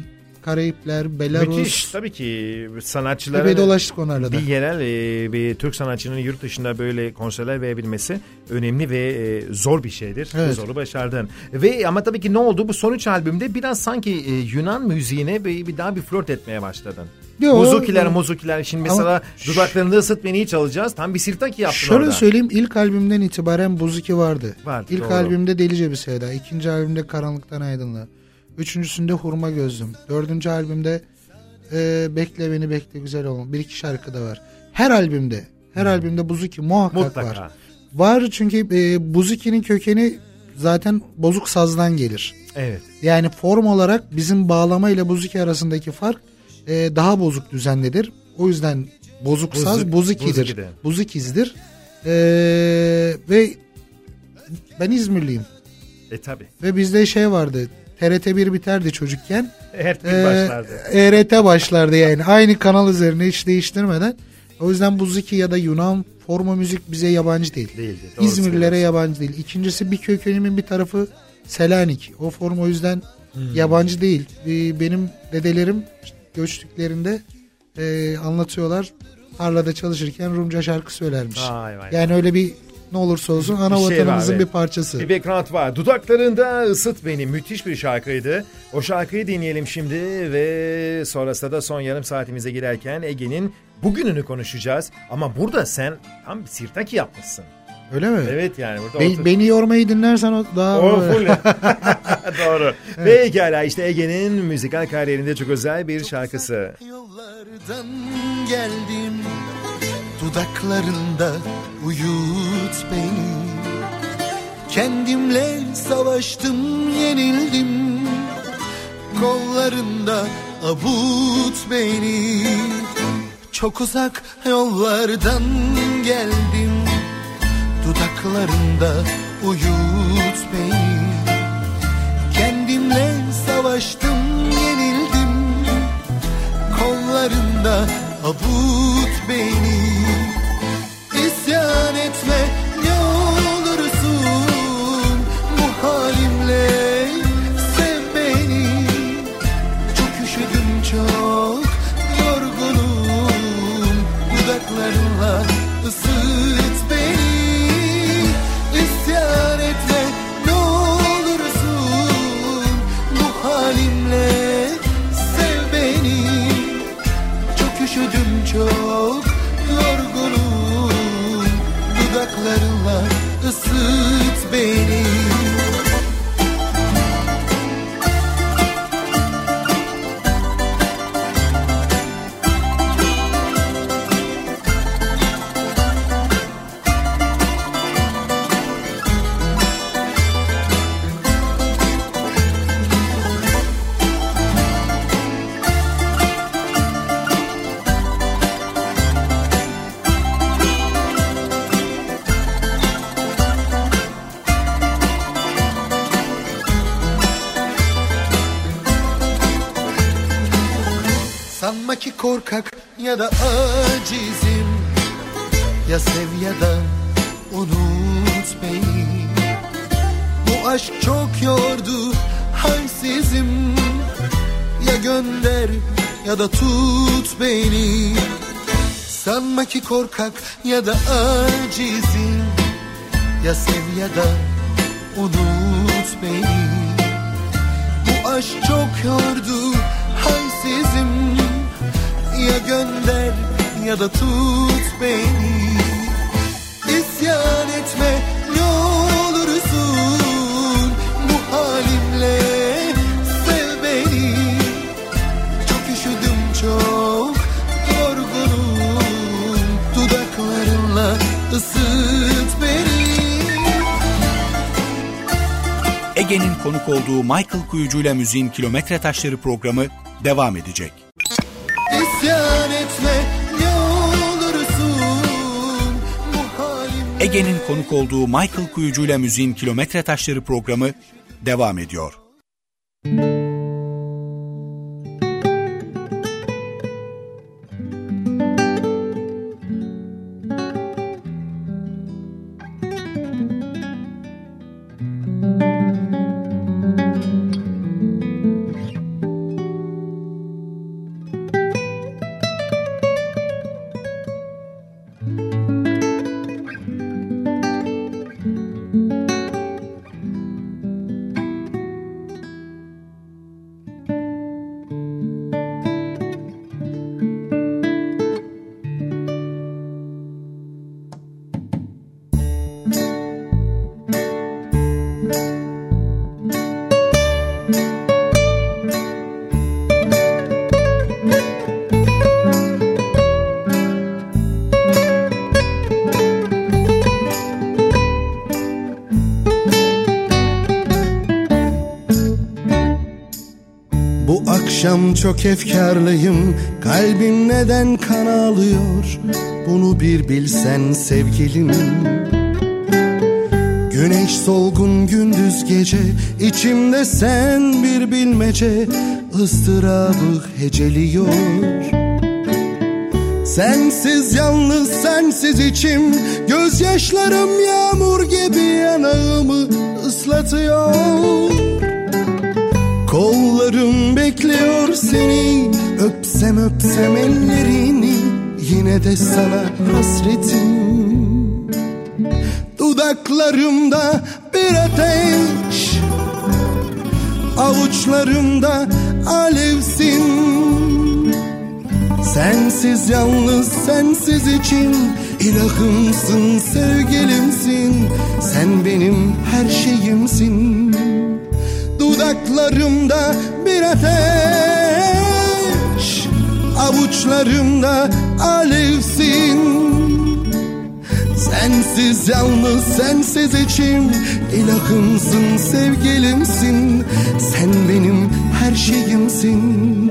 Karayipler, Belarus. Müthiş tabii ki sanatçılara Epey dolaştık onlarla da. bir yerel bir Türk sanatçının yurt dışında böyle konserler verebilmesi önemli ve zor bir şeydir. Evet. Zoru başardın. Ve ama tabii ki ne oldu? Bu son 3 albümde biraz sanki Yunan müziğine bir daha bir flört etmeye başladın. Muzukiler. Şimdi mesela dudaklarında ısıt beni çalacağız. Tam bir sirtaki yaptın şöyle orada. Şöyle söyleyeyim, ilk albümden itibaren Buzuki vardı. İlk doğru. albümde Delice Bir Sevda. İkinci albümde Karanlıktan Aydınlığa. Üçüncüsünde Hurma Gözlüm. Dördüncü albümde Bekle Beni Bekle Güzel Olma. Bir iki şarkı da var. Her albümde Buzuki muhakkak var. Var çünkü Buzuki'nin kökeni zaten bozuk sazdan gelir. Evet. Yani form olarak bizim bağlama ile Buzuki arasındaki fark daha bozuk düzendedir. O yüzden bozuk saz Buzuki'dir. Buzukiz'dir. Ve ben İzmirliyim. Tabi. Ve bizde vardı. TRT1 biterdi çocukken. başlardı. ERT başlardı yani. Aynı kanal üzerine hiç değiştirmeden. O yüzden Buzuki ya da Yunan forma müzik bize yabancı değil. İzmirlilere yabancı değil. İkincisi bir kökenimin bir tarafı Selanik. O form o yüzden yabancı değil. Benim dedelerim göçtüklerinde anlatıyorlar. Tarlada çalışırken Rumca şarkı söylermiş. Vay. Yani öyle bir ne olursa olsun ana vatanımızın bir parçası. Bir background var. Dudaklarında ısıt beni. Müthiş bir şarkıydı. O şarkıyı dinleyelim şimdi ve sonrasında da son yarım saatimize girerken Ege'nin bugününü konuşacağız. Ama burada sen tam bir sirtaki yapmışsın. Öyle mi? Evet yani. Burada beni yormayı dinlersen o daha... Doğru. Evet. Ve Egela işte Ege'nin müzikal kariyerinde çok özel bir şarkısı. Yollardan geldim, dudaklarında uyut beni. Kendimle savaştım, yenildim, kollarında avut beni. Çok uzak yollardan geldim, dudaklarında uyut beni. Kendimle savaştım, yenildim, kollarında avut beni. İsyan etme ne olursun, bu halimle sev beni. Çok üşüdüm, çok yorgunum, dudaklarınla ısıt beni. İsyan etme ne olursun, bu halimle sev beni. Çok üşüdüm, çok yorgunum, dudaklarınla ısıt beni. Sanma ki korkak ya da acizim, ya sev ya da unut beni. Bu aşk çok yordu, halsizim, ya gönder ya da tut beni. Sanma ki korkak ya da acizim, ya sev ya da unut beni. Bu aşk çok yordu, halsizim, ya gönder ya da tut beni. İsyan etme ne olursun, bu halimle sev beni. Çok üşüdüm, çok yorgunum, dudaklarınla ısıt beni. Ege'nin konuk olduğu Michael Kuyucu ile Müziğin Kilometre Taşları programı devam edecek. İsyan etme ne olursun, bu halimle. Ege'nin konuk olduğu Michael Kuyucu ile Müziğin Kilometre Taşları programı devam ediyor. akşam çok efkarlıyım, kalbim neden kan ağlıyor, bunu bir bilsen sevgilim. Güneş solgun gündüz gece, içimde sen bir bilmece, ıstırabı heceliyor. Sensiz yalnız sensiz içim, gözyaşlarım yağmur gibi yanağımı ıslatıyor. Kollarım bekliyor seni, öpsem öpsem ellerini, yine de sana hasretim. Dudaklarımda bir ateş, avuçlarımda alevsin. Sensiz yalnız sensiz için, ilahımsın sevgilimsin. Sen benim her şeyimsin. Dudaklarımda bir ateş, avuçlarımda alevsin. Sensiz yalnız sensiz içim, ilahımsın sevgilimsin. Sen benim her şeyimsin.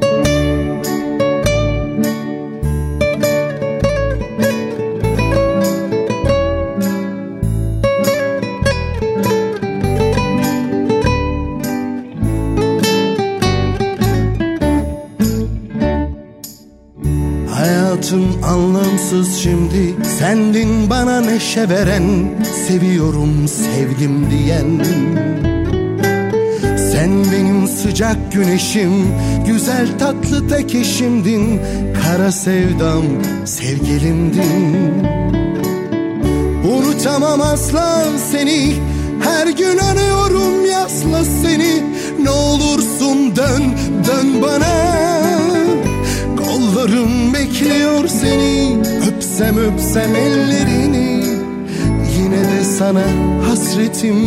Hayatım anlamsız şimdi, sendin bana neşe veren, seviyorum sevdim diyen. Sen benim sıcak güneşim, güzel tatlı tek eşimdin. Kara sevdam sevgilimdin. Unutamam asla seni, her gün arıyorum yasla seni. Ne olursun dön, dön bana. Kollarım bekliyor seni, öpsem öpsem ellerini, yine de sana hasretim.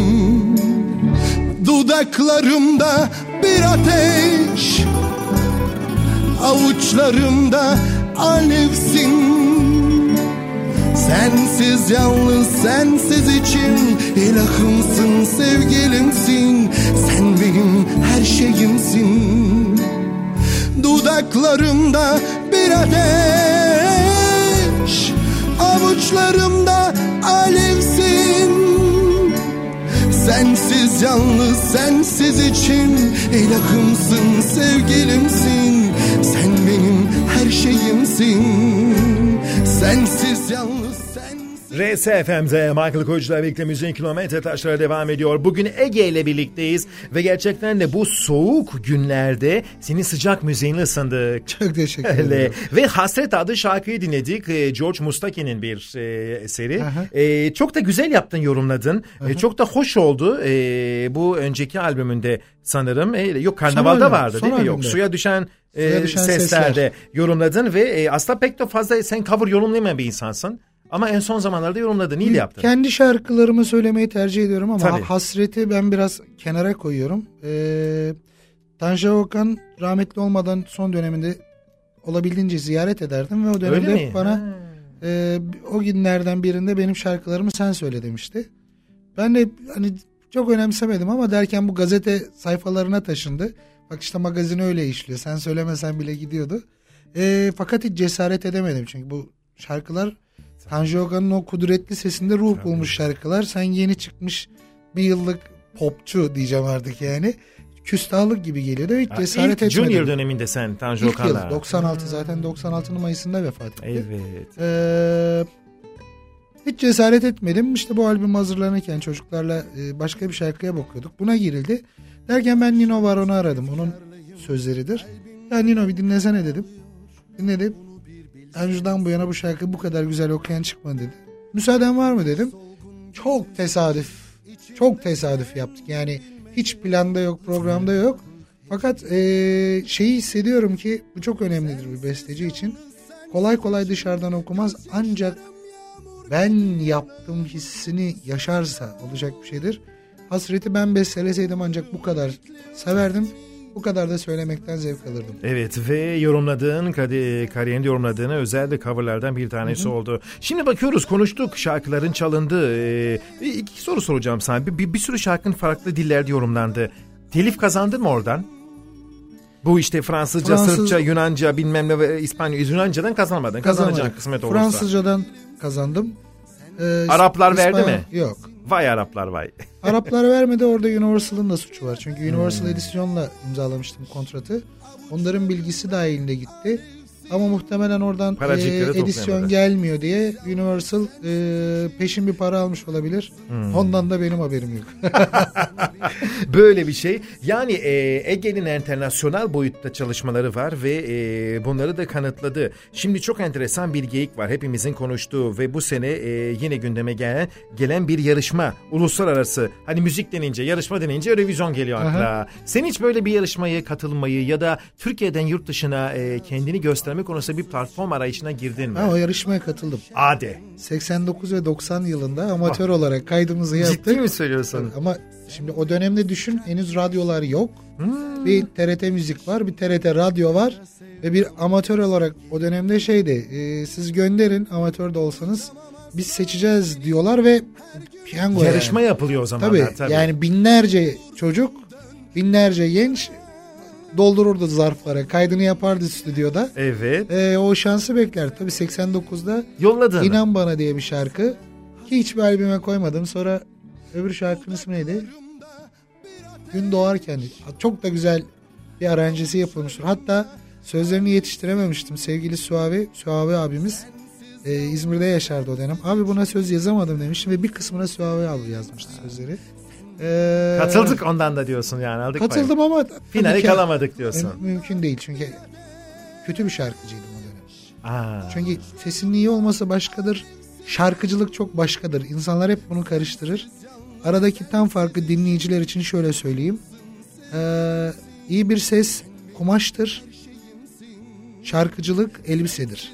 Dudaklarımda bir ateş, avuçlarımda alevsin. Sensiz yalnız sensiz için, ilahımsın sevgilimsin. Sen benim her şeyimsin. Dudaklarımda bir ateş, avuçlarımda alevsin. Sensiz yalnız sensiz için, ilahımsın sevgilimsin. Sen benim her şeyimsin. Sensiz yalnız sensiz. RSFM'de Michael Koyucu'la birlikte Müziğin Kilometre Taşları devam ediyor. Bugün Ege ile birlikteyiz ve gerçekten de bu soğuk günlerde senin sıcak müziğini ısındık. Çok teşekkür ederim. Ve Hasret adlı şarkıyı dinledik. George Mustaki'nin bir eseri. Çok da güzel yaptın, yorumladın. Çok da hoş oldu. Bu önceki albümünde sanırım. Yok, Karnaval'da vardı değil mi? Yok, Suya Düşen Seslerde yorumladın ve aslında pek de fazla sen cover yorumlamayan bir insansın. Ama en son zamanlarda yorumladın. İyi yaptın. Kendi şarkılarımı söylemeyi tercih ediyorum ama Tabii. Hasreti ben biraz kenara koyuyorum. Tanju Okan rahmetli olmadan son döneminde olabildiğince ziyaret ederdim ve o dönemde bana o günlerden birinde benim şarkılarımı sen söyle demişti. Ben de hani çok önemsemedim ama derken bu gazete sayfalarına taşındı. Bak işte magazin öyle işliyor. Sen söylemesen bile gidiyordu. Fakat hiç cesaret edemedim çünkü bu şarkılar Tanju Okan'ın o kudretli sesinde ruh bulmuş şarkılar. Sen yeni çıkmış bir yıllık popçu diyeceğim artık yani. Küstahlık gibi geliyordu. Hiç cesaret etmedim. Junior döneminde sen Tanju Okan'la. İlk yıl 96 zaten 96'nın Mayıs'ında vefat etti. Evet. Hiç cesaret etmedim. İşte bu albüm hazırlanırken çocuklarla başka bir şarkıya bakıyorduk. Buna girildi. Derken ben Nino var onu aradım. Onun sözleridir. Ya Nino bir dinlesene dedim. Dinledim. Tanju'dan bu yana bu şarkı bu kadar güzel okuyan çıkmadı dedi. Müsaaden var mı dedim. Çok tesadüf yaptık. Yani hiç planda yok, programda yok. Fakat şeyi hissediyorum ki bu çok önemlidir bir besteci için. Kolay kolay dışarıdan okumaz ancak ben yaptım hissini yaşarsa olacak bir şeydir. Hasreti ben besteleseydim ancak bu kadar severdim. Bu kadar da söylemekten zevk alırdım. Evet ve yorumladığın, kariyerinde yorumladığın özel de coverlardan bir tanesi oldu. Şimdi bakıyoruz, konuştuk, şarkıların çalındığı. İki soru soracağım sana. Bir sürü şarkının farklı dillerde yorumlandı. Telif kazandın mı oradan? Bu işte Fransızca, Sırpça, Yunanca bilmem ne ve İspanya. Yunanca'dan kazanamadın. Kazanacağın kısmet olursa. Fransızcadan kazandım. Araplar verdi mi? Yok. Vay Araplar vay. Araplar vermedi, orada Universal'ın da suçu var. Çünkü Universal Edition'la imzalamıştım kontratı. Onların bilgisi dahilinde gitti. Ama muhtemelen oradan edisyon gelmiyor diye Universal peşin bir para almış olabilir. Ondan da benim haberim yok. Böyle bir şey. Yani Ege'nin internasyonel boyutta çalışmaları var ve bunları da kanıtladı. Şimdi çok enteresan bir geyik var. Hepimizin konuştuğu ve bu sene yine gündeme gelen bir yarışma. Uluslararası. Hani müzik denince, yarışma denince Eurovision geliyor akla. Sen hiç böyle bir yarışmaya katılmayı ya da Türkiye'den yurt dışına kendini göstermek konusunda bir platform arayışına girdin mi? O yarışmaya katıldım. Hadi. 89 ve 90 yılında amatör olarak kaydımızı yaptık. Ciddi mi söylüyorsun? Ama şimdi o dönemde düşün, henüz radyolar yok. Bir TRT müzik var, bir TRT radyo var ve bir amatör olarak o dönemde siz gönderin, amatör de olsanız biz seçeceğiz diyorlar ve piyango yarışma yapılıyor o zamanlar. Tabii. Yani binlerce çocuk, binlerce genç doldururdu zarflara. Kaydını yapardı stüdyoda. Evet. O şansı bekler. Tabii 89'da yolladın. İnan Bana diye bir şarkı. Ki hiçbir albüme koymadım. Sonra öbür şarkının ismi neydi? Gün Doğarken. Çok da güzel bir aranjesi yapılmıştır. Hatta sözlerini yetiştirememiştim. Sevgili Suavi abimiz İzmir'de yaşardı o dönem. Abi buna söz yazamadım demiştim ve bir kısmına Suavi abi yazmıştı sözleri. Katıldık ondan da diyorsun yani. Aldık katıldım ama finale kalamadık diyorsun. Mümkün değil çünkü kötü bir şarkıcıydım o dönem. Çünkü sesinin iyi olması başkadır. Şarkıcılık çok başkadır. İnsanlar hep bunu karıştırır. Aradaki tam farkı dinleyiciler için şöyle söyleyeyim. İyi bir ses kumaştır. Şarkıcılık elbisedir.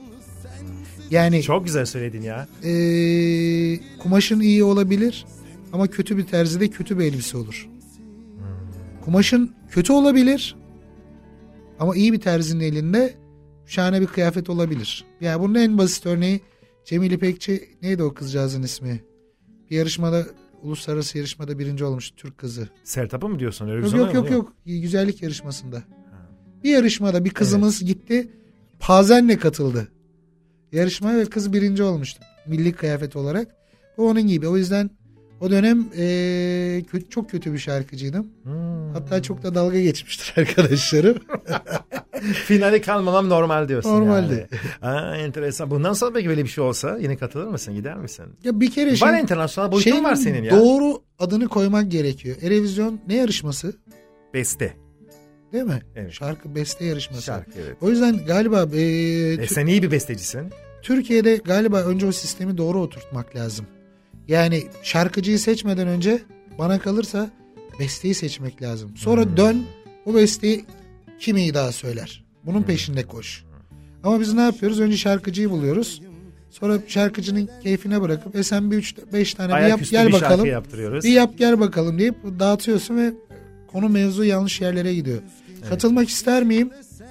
Yani çok güzel söyledin ya. Kumaşın iyi olabilir ama kötü bir terzide kötü bir elbise olur. Kumaşın kötü olabilir ama iyi bir terzinin elinde şahane bir kıyafet olabilir. Yani bunun en basit örneği Cemil İpekçi, neydi o kızcağızın ismi? Bir yarışmada, uluslararası yarışmada birinci olmuş, Türk kızı. Sertab'ı mı diyorsun? Yok. Güzellik yarışmasında. Bir yarışmada bir kızımız gitti. Pazenle katıldı yarışmaya ve kız birinci olmuştu. Milli kıyafet olarak. Bu onun gibi. O yüzden o dönem çok kötü bir şarkıcıydım. Hatta çok da dalga geçmiştir arkadaşlarım. Finale kalmamam normal diyorsun. Normaldi. Yani. Enteresan. Bundan sonra peki böyle bir şey olsa yine katılır mısın? Gider misin? Ya bir kere var internasyonel boyutun var senin ya. Doğru adını koymak gerekiyor. Eurovision ne yarışması? Beste. Değil mi? Evet. Şarkı beste yarışması. Evet. O yüzden galiba sen iyi bir bestecisin. Türkiye'de galiba önce o sistemi doğru oturtmak lazım. Yani şarkıcıyı seçmeden önce bana kalırsa besteyi seçmek lazım. Sonra dön o besteyi kim iyi daha söyler. Bunun peşinde koş. Ama biz ne yapıyoruz? Önce şarkıcıyı buluyoruz. Sonra şarkıcının keyfine bırakıp sen bir 3-5 tane bir yap gel bakalım. Bir yap gel bakalım deyip dağıtıyorsun ve konu mevzu yanlış yerlere gidiyor. Evet. Katılmak ister miyim?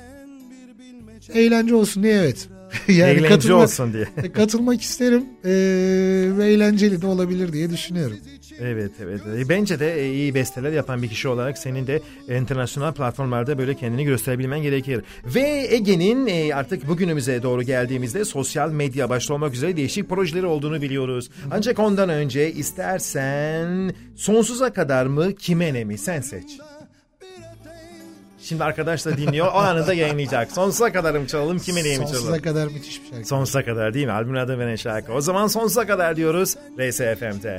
Eğlence olsun diye evet. Yani eğlence olsun diye. Katılmak isterim ve eğlenceli de olabilir diye düşünüyorum. Evet. Bence de iyi besteler yapan bir kişi olarak senin de internasyonel platformlarda böyle kendini gösterebilmen gerekir. Ve Ege'nin artık bugünümüze doğru geldiğimizde sosyal medya başta olmak üzere değişik projeleri olduğunu biliyoruz. Ancak ondan önce istersen sonsuza kadar mı kime ne mi sen seç. Şimdi arkadaş da dinliyor. O anında yayınlayacak. Sonsuza kadar mı çalalım? Kime neye mi çalalım? Sonsuza kadar müthiş bir şarkı. Sonsuza kadar değil mi? Albümün adı veren şarkı. O zaman sonsuza kadar diyoruz. RSFM'de.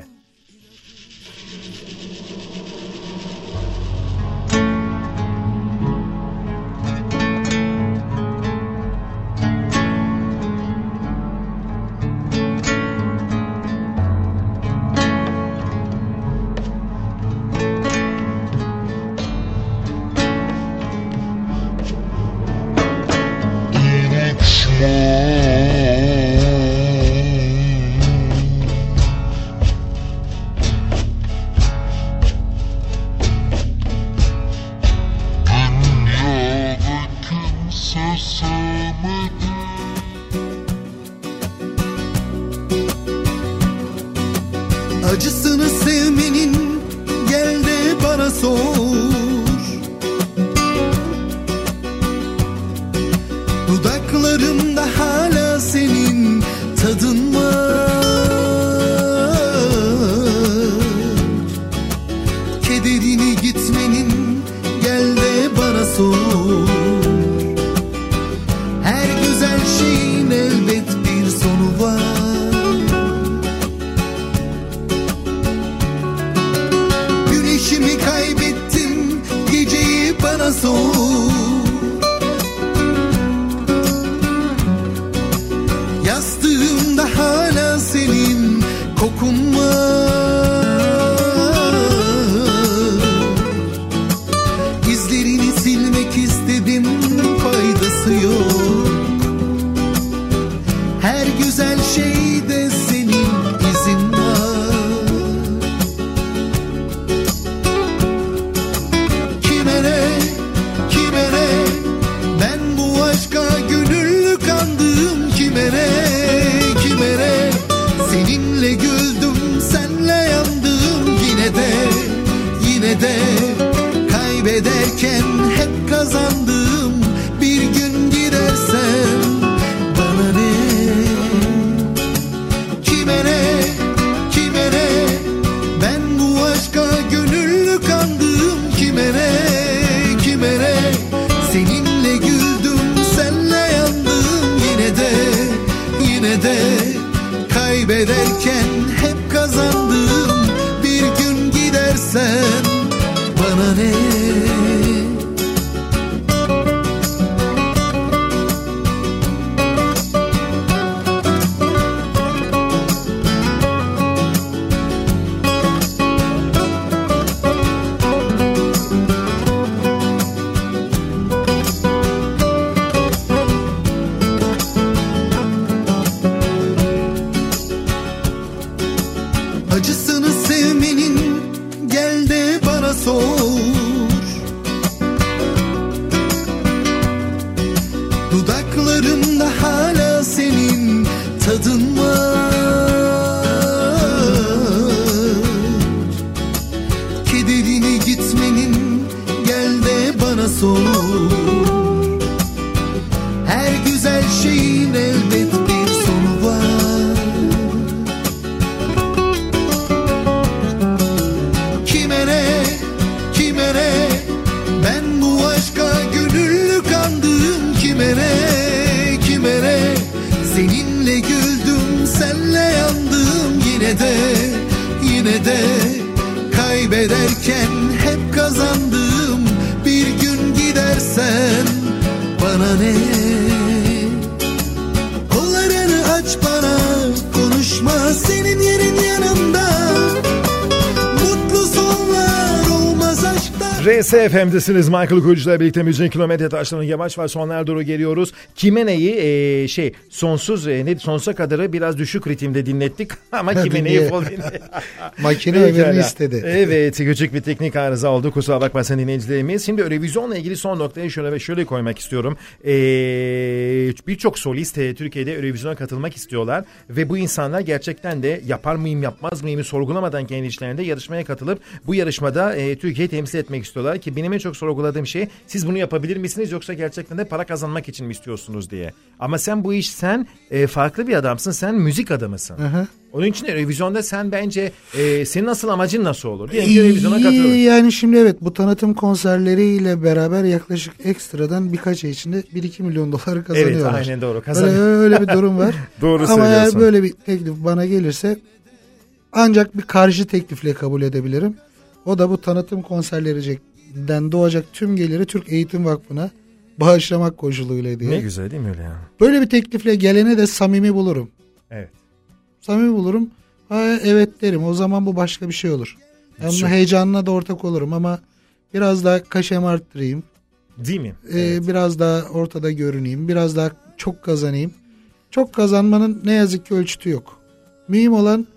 Acısını sevmenin gel de bana sor. Kederini gitmenin gel de bana sor. Her güzel şeyin elbet bir sonu var. Güneşimi kaybettim, geceyi bana sor. Yastığımda hala senin kokun var. İzlerini silmek istedim, faydası yok. Her güzel şeyde senin izin var. Kime ne, kime ne, ben bu aşka gönüllü kandım. Kime ne, kime ne, seninle güldüm, senle yandım. Yine de, yine de kaybederken hep kazandım. Bir gün gidersen bana ne? Kime ne, kime ne, ben bu aşka gönüllü kandım. Kime ne, kime ne, seninle güldüm, senle yandım. Yine de, yine de kaybederken hep kazandım. Bir gün gidersen bana ne? Acısını sevmenin gel de bana sor. Dudaklarımda hala senin tadın var. Kederini gitmenin gel de bana sor. Her güzel şeyin elbet bir sonu var. Kime ne, kime ne, ben bu aşka gönüllü kandım. Kime ne, kime ne, seninle güldüm, senle yandım. Yine de, yine de kaybederken hep kazandım. Bir gün gidersen bana ne? Kollarını aç bana, konuşma, senin yerin yanımda. Mutlu sonlar olmaz aşkta. RSFM'desiniz. Michael Kuyucu'yla birlikte müziğin kilometre taşlarının yavaş ve sonlara doğru geliyoruz. Kimene'yi sonsuza kadarı biraz düşük ritimde dinlettik ama Kimene'yi full dinledik. Makine ömrünü istedi. Evet, küçük bir teknik arıza oldu. Kusura bakmasın dinleyicilerimiz. Şimdi Eurovision'la ilgili son noktayı şöyle koymak istiyorum. Birçok solist Türkiye'de Eurovision'a katılmak istiyorlar ve bu insanlar gerçekten de yapar mıyım yapmaz mıyım sorgulamadan kendi içlerinde yarışmaya katılıp bu yarışmada Türkiye'yi temsil etmek istiyorlar ki benim en çok sorguladığım şey siz bunu yapabilir misiniz yoksa gerçekten de para kazanmak için mi istiyorsunuz diye. Ama sen farklı bir adamsın, sen müzik adamısın. Aha. Onun için Eurovision'da sen bence senin asıl amacın nasıl olur? Diyelim ki Eurovision'a katılır. Yani şimdi evet, bu tanıtım konserleriyle beraber yaklaşık ekstradan birkaç ay içinde 1-2 milyon dolar kazanıyorlar. Evet, aynen doğru. Kazanıyor. Öyle bir durum var. Doğru Ama söylüyorsun. eğer böyle bir teklif bana gelirse ancak bir karşı teklifle kabul edebilirim. O da bu tanıtım konserlerinden doğacak tüm geliri Türk Eğitim Vakfı'na bağışlamak koşuluyla diye. Ne güzel değil mi öyle ya? Böyle bir teklifle gelene de samimi bulurum. Evet. Samimi bulurum. Evet derim. O zaman bu başka bir şey olur. Ben bunun heyecanına da ortak olurum ama biraz daha kaşemi arttırayım. Değil mi? Evet. Biraz daha ortada görüneyim. Biraz daha çok kazanayım. Çok kazanmanın ne yazık ki ölçütü yok. Mühim olan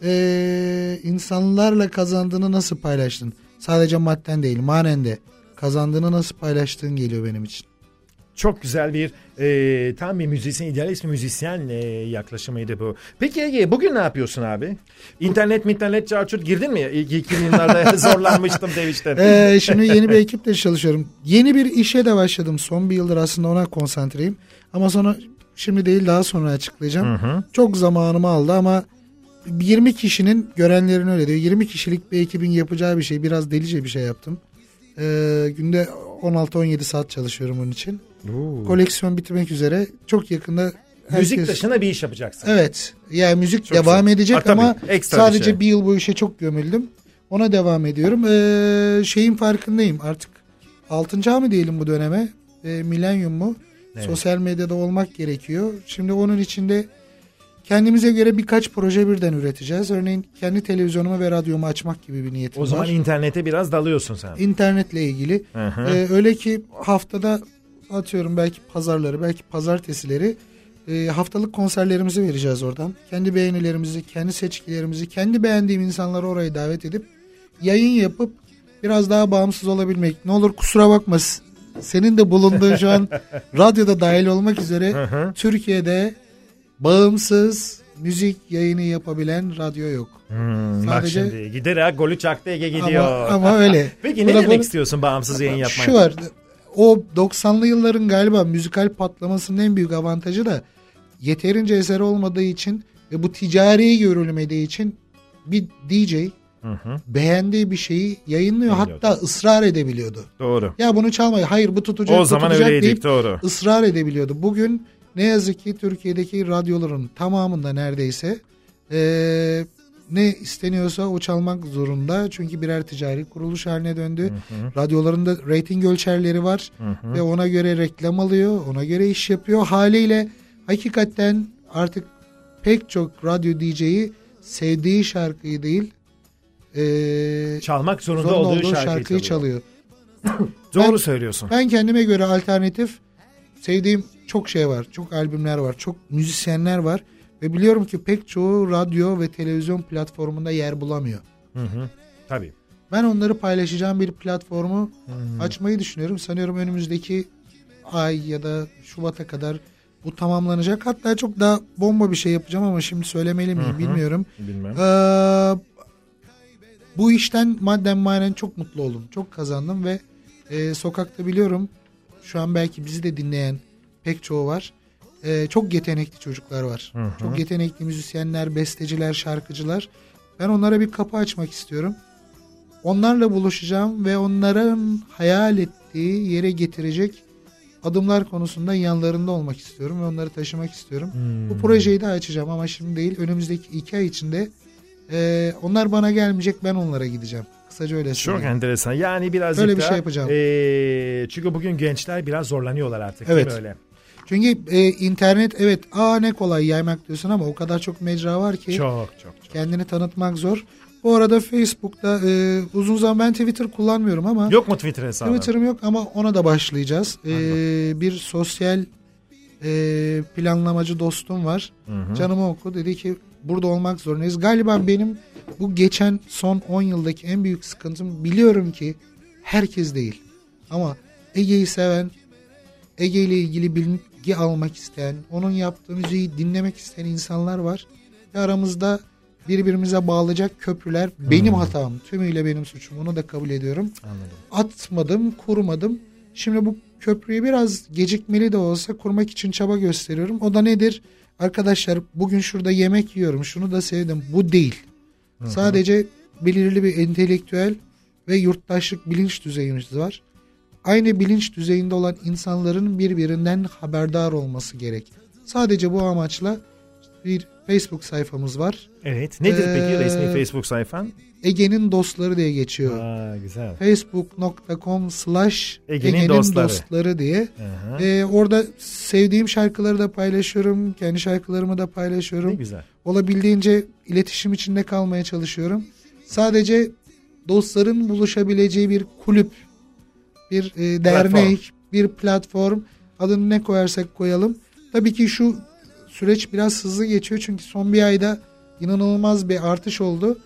insanlarla kazandığını nasıl paylaştın. Sadece madden değil, manen de kazandığını nasıl paylaştığın geliyor benim için. Çok güzel bir tam bir müzisyen, idealist bir müzisyen yaklaşımıydı bu. Peki Ege, bugün ne yapıyorsun abi? İnternet çarçurt girdin mi? İlk 2000 yıllarda zorlanmıştım demiştin. Şimdi yeni bir ekiple çalışıyorum. Yeni bir işe de başladım. Son bir yıldır aslında ona konsantreyim. Ama sonra şimdi değil, daha sonra açıklayacağım. Hı. Çok zamanımı aldı ama 20 kişinin, görenlerin öyle diyor, 20 kişilik bir ekibin yapacağı bir şey, biraz delice bir şey yaptım. Günde 16-17 saat çalışıyorum bunun için. Koleksiyon bitmek üzere. Çok yakında müzik dışında bir iş yapacaksın. Evet. Yani müzik çok devam güzel. edecek ama sadece bir yıl bu işe çok gömüldüm. Ona devam ediyorum. Şeyin farkındayım. Artık 6. çağ mı diyelim bu döneme? Milenyum mu? Evet. Sosyal medyada olmak gerekiyor. Şimdi onun içinde kendimize göre birkaç proje birden üreteceğiz. Örneğin kendi televizyonumu ve radyomu açmak gibi bir niyetim var. O zaman internete biraz dalıyorsun sen. İnternetle ilgili. Öyle ki haftada atıyorum belki pazarları, belki pazartesileri haftalık konserlerimizi vereceğiz oradan. Kendi beğenilerimizi, kendi seçkilerimizi, kendi beğendiğim insanları oraya davet edip yayın yapıp biraz daha bağımsız olabilmek. Ne olur kusura bakma, senin de bulunduğun şu an radyoda dahil olmak üzere Türkiye'de bağımsız müzik yayını yapabilen radyo yok. Sadece... Bak şimdi giderek golü çaktı Ege gidiyor. Ama öyle. Peki ne demek istiyorsun bağımsız yayın yapmak? Şu var, o 90'lı yılların galiba müzikal patlamasının en büyük avantajı da yeterince eser olmadığı için ve bu ticari görülmediği için bir DJ beğendiği bir şeyi yayınlıyor, hatta ısrar edebiliyordu. Doğru. Ya bunu çalmayın, hayır bu tutacak, o zaman öyleydik, doğru. Israr edebiliyordu. Bugün ne yazık ki Türkiye'deki radyoların tamamında neredeyse ne isteniyorsa o çalmak zorunda. Çünkü birer ticari kuruluş haline döndü. Radyoların da reyting ölçerleri var ve ona göre reklam alıyor, ona göre iş yapıyor. Haliyle hakikaten artık pek çok radyo DJ'yi sevdiği şarkıyı değil, çalmak zorunda olduğu şarkıyı çalıyor. Doğru söylüyorsun. Ben kendime göre alternatif sevdiğim çok şey var. Çok albümler var. Çok müzisyenler var. Ve biliyorum ki pek çoğu radyo ve televizyon platformunda yer bulamıyor. Tabii. Ben onları paylaşacağım bir platformu açmayı düşünüyorum. Sanıyorum önümüzdeki ay ya da Şubat'a kadar bu tamamlanacak. Hatta çok daha bomba bir şey yapacağım ama şimdi söylemeli miyim bilmiyorum. Bilmem. Bu işten madden manen çok mutlu oldum. Çok kazandım ve sokakta biliyorum şu an belki bizi de dinleyen pek çoğu var. Çok yetenekli çocuklar var. Çok yetenekli müzisyenler, besteciler, şarkıcılar. Ben onlara bir kapı açmak istiyorum. Onlarla buluşacağım ve onların hayal ettiği yere getirecek adımlar konusunda yanlarında olmak istiyorum ve onları taşımak istiyorum. Bu projeyi de açacağım ama şimdi değil. Önümüzdeki 2 ay içinde onlar bana gelmeyecek, ben onlara gideceğim. Kısaca öyle söyleyeyim. Çok enteresan. Yani birazcık öyle bir şey yapacağım. Çünkü bugün gençler biraz zorlanıyorlar artık. Evet. Değil mi öyle? Çünkü internet evet ne kolay yaymak diyorsun ama o kadar çok mecra var ki çok. Kendini tanıtmak zor. Bu arada Facebook'ta uzun zaman ben Twitter kullanmıyorum ama. Yok mu Twitter hesabı? Twitter'ım yok ama ona da başlayacağız. Bir sosyal planlamacı dostum var. Canımı oku, dedi ki burada olmak zorundayız. Galiba benim bu geçen son 10 yıldaki en büyük sıkıntım, biliyorum ki herkes değil ama Ege'yi seven, Ege ile ilgili bilgi almak isteyen, onun yaptığı müziği dinlemek isteyen insanlar var. Ve aramızda birbirimize bağlayacak köprüler benim hatam. Tümüyle benim suçum. Onu da kabul ediyorum. Anladım. Atmadım, kurmadım. Şimdi bu köprüyü biraz gecikmeli de olsa kurmak için çaba gösteriyorum. O da nedir? Arkadaşlar bugün şurada yemek yiyorum, şunu da sevdim. Bu değil. Sadece belirli bir entelektüel ve yurttaşlık bilinç düzeyimiz var. Aynı bilinç düzeyinde olan insanların birbirinden haberdar olması gerek. Sadece bu amaçla bir Facebook sayfamız var. Evet. Nedir peki resmi Facebook sayfan? Ege'nin Dostları diye geçiyor. Güzel. Facebook.com/Ege'nin Dostları diye. Orada sevdiğim şarkıları da paylaşıyorum. Kendi şarkılarımı da paylaşıyorum. Ne güzel. Olabildiğince iletişim içinde kalmaya çalışıyorum. Sadece dostların buluşabileceği bir kulüp, bir dernek, bir platform, adını ne koyarsak koyalım. Tabii ki şu süreç biraz hızlı geçiyor çünkü son bir ayda inanılmaz bir artış oldu.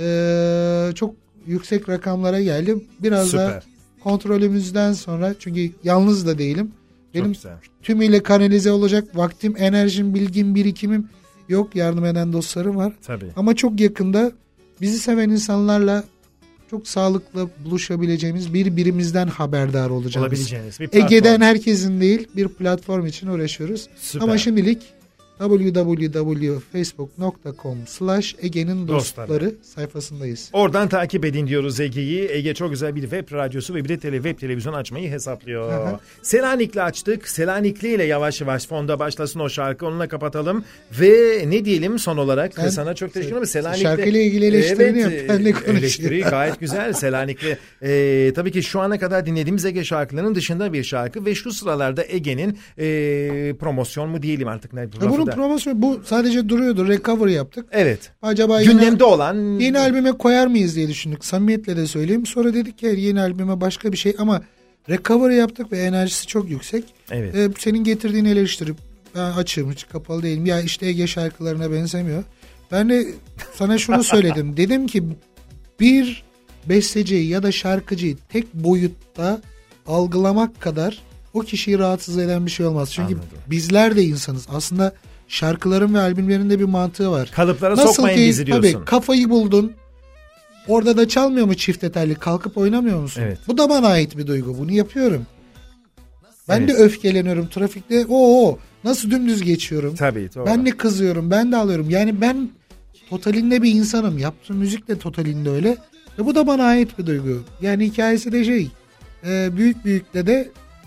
Çok yüksek rakamlara geldi. Biraz da kontrolümüzden sonra, çünkü yalnız da değilim. Benim tümüyle kanalize olacak vaktim, enerjim, bilgim, birikimim yok. Yardım eden dostlarım var. Tabii. Ama çok yakında bizi seven insanlarla çok sağlıklı buluşabileceğimiz, birbirimizden haberdar olacağımız, bir platform. Ege'den herkesin değil bir platform için uğraşıyoruz. Süper. Ama şimdilik www.facebook.com/Ege'nin dostları sayfasındayız. Oradan takip edin diyoruz Ege'yi. Ege çok güzel bir web radyosu ve bir de web televizyon açmayı hesaplıyor. Aha. Selanikli açtık. Selanikli ile yavaş yavaş fonda başlasın o şarkı. Onunla kapatalım. Ve ne diyelim son olarak? Ben, sana çok teşekkür ederim. Selanikli. Şarkıyla ilgili eleştirini yap. Ben de konuşayım. Eleştiri gayet güzel. Selanikli. Tabii ki şu ana kadar dinlediğimiz Ege şarkılarının dışında bir şarkı ve şu sıralarda Ege'nin promosyon mu diyelim artık ne? Bunun promosyonu bu sadece duruyordu. Recovery yaptık. Evet. Acaba gündemde olan yeni albüme koyar mıyız diye düşündük. Samimiyetle de söyleyeyim. Sonra dedik ki yeni albüme başka bir şey ama recovery yaptık ve enerjisi çok yüksek. Evet. Senin getirdiğini eleştirip ben açığım, hiç kapalı değilim. Ya işte Ege şarkılarına benzemiyor. Ben de sana şunu söyledim. Dedim ki bir besteciyi ya da şarkıcıyı tek boyutta algılamak kadar o kişiyi rahatsız eden bir şey olmaz. Çünkü bizler de insanız. Aslında şarkıların ve albümlerin de bir mantığı var. Kalıplara nasıl sokmayın ki, bizi diyorsun. Tabii kafayı buldun. Orada da çalmıyor mu çifte telli? Kalkıp oynamıyor musun? Evet. Bu da bana ait bir duygu. Bunu yapıyorum. Ben Evet. de öfkeleniyorum trafikte. Nasıl dümdüz geçiyorum. Tabii. Doğru. Ben de kızıyorum. Ben de alıyorum. Yani ben totalinde bir insanım. Yaptığım müzik de totalinde öyle. Ve bu da bana ait bir duygu. Yani hikayesi de büyük dede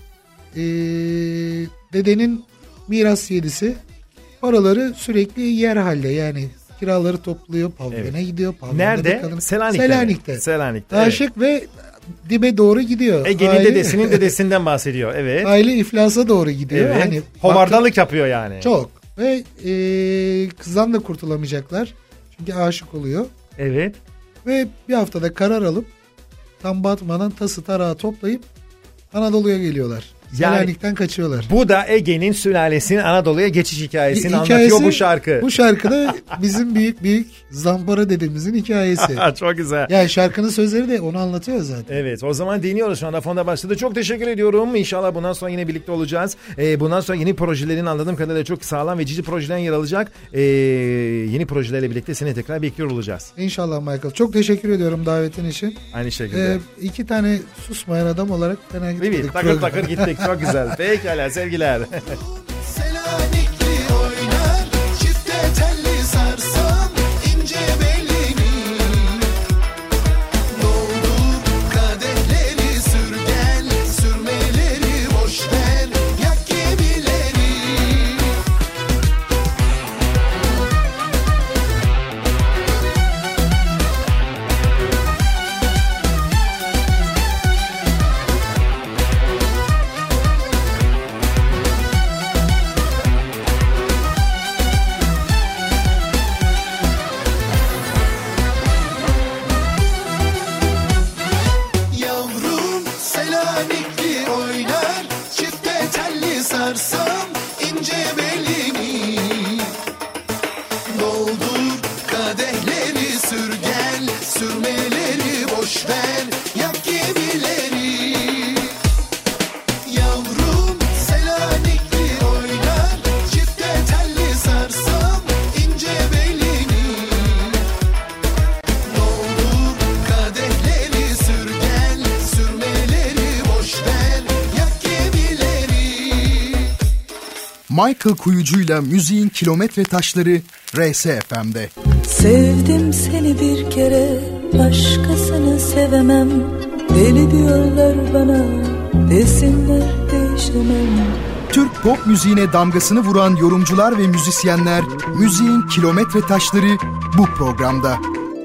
dedenin miras yedisi paraları sürekli yer halde. Yani kiraları topluyor. Pavyona gidiyor. Nerede? Selanik'te. Aşık ve dibe doğru gidiyor. Ege'nin dedesinin dedesinden bahsediyor. Evet. Aile iflasa doğru gidiyor. Evet. Hani hovardalık yapıyor yani. Çok. Ve kızdan da kurtulamayacaklar. Çünkü aşık oluyor. Evet. Ve bir haftada karar alıp tam batmadan tası tarağı toplayıp Anadolu'ya geliyorlar. Selanik'ten kaçıyorlar. Bu da Ege'nin sülalesinin Anadolu'ya geçiş hikayesini anlatıyor bu şarkı. Bu şarkı da bizim büyük Zampara dedemizin hikayesi. Çok güzel. Yani şarkının sözleri de onu anlatıyor zaten. Evet, o zaman dinliyoruz, şu anda fonda başladı. Çok teşekkür ediyorum. İnşallah bundan sonra yine birlikte olacağız. Bundan sonra yeni projelerin anladığım kadarıyla çok sağlam ve cici projelerin yer alacak. Yeni projelerle birlikte seni tekrar bekliyor olacağız. İnşallah Michael. Çok teşekkür ediyorum davetin için. Aynı şekilde. 2 tane susmayan adam olarak fena gitmedik. Evet, takır takır gittik. Çok güzel. Pekala, sevgiler. Selanikli oynar, çifte telli sarsam ince belini. Doldur kadehleri sür gel, sürmeleri boş ver, yak gemileri. Yavrum Selanikli oynar, çifte telli sarsam ince belini. Doldur kadehleri sür gel, sürmeleri boş ver, yak gemileri. Yavrum Selanikli oynar, çifte telli sarsam ince belini. Doldur kadehleri sür gel, sürmeleri boş ver, yak gemileri. Michael Kuyucu'yla müziğin kilometre taşları RSFM'de. Sevdim seni bir kere, başkasını sevemem. Deli diyorlar bana, desinler değişemem. Türk pop müziğine damgasını vuran yorumcular ve müzisyenler, müziğin kilometre taşları bu programda.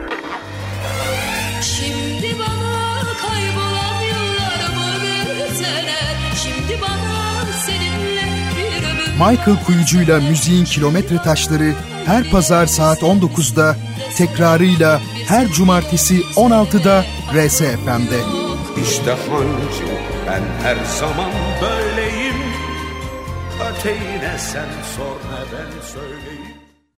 Şimdi bana kaybolan yıllarımı verseler, şimdi bana seninle bir ömür. Michael Kuyucu'yla müziğin kilometre taşları her pazar saat 19'da, tekrarıyla her cumartesi 16'da RSFM'de. İşte hancı ben her zaman böyleyim. Öteyine sen sor ne ben söyleyeyim.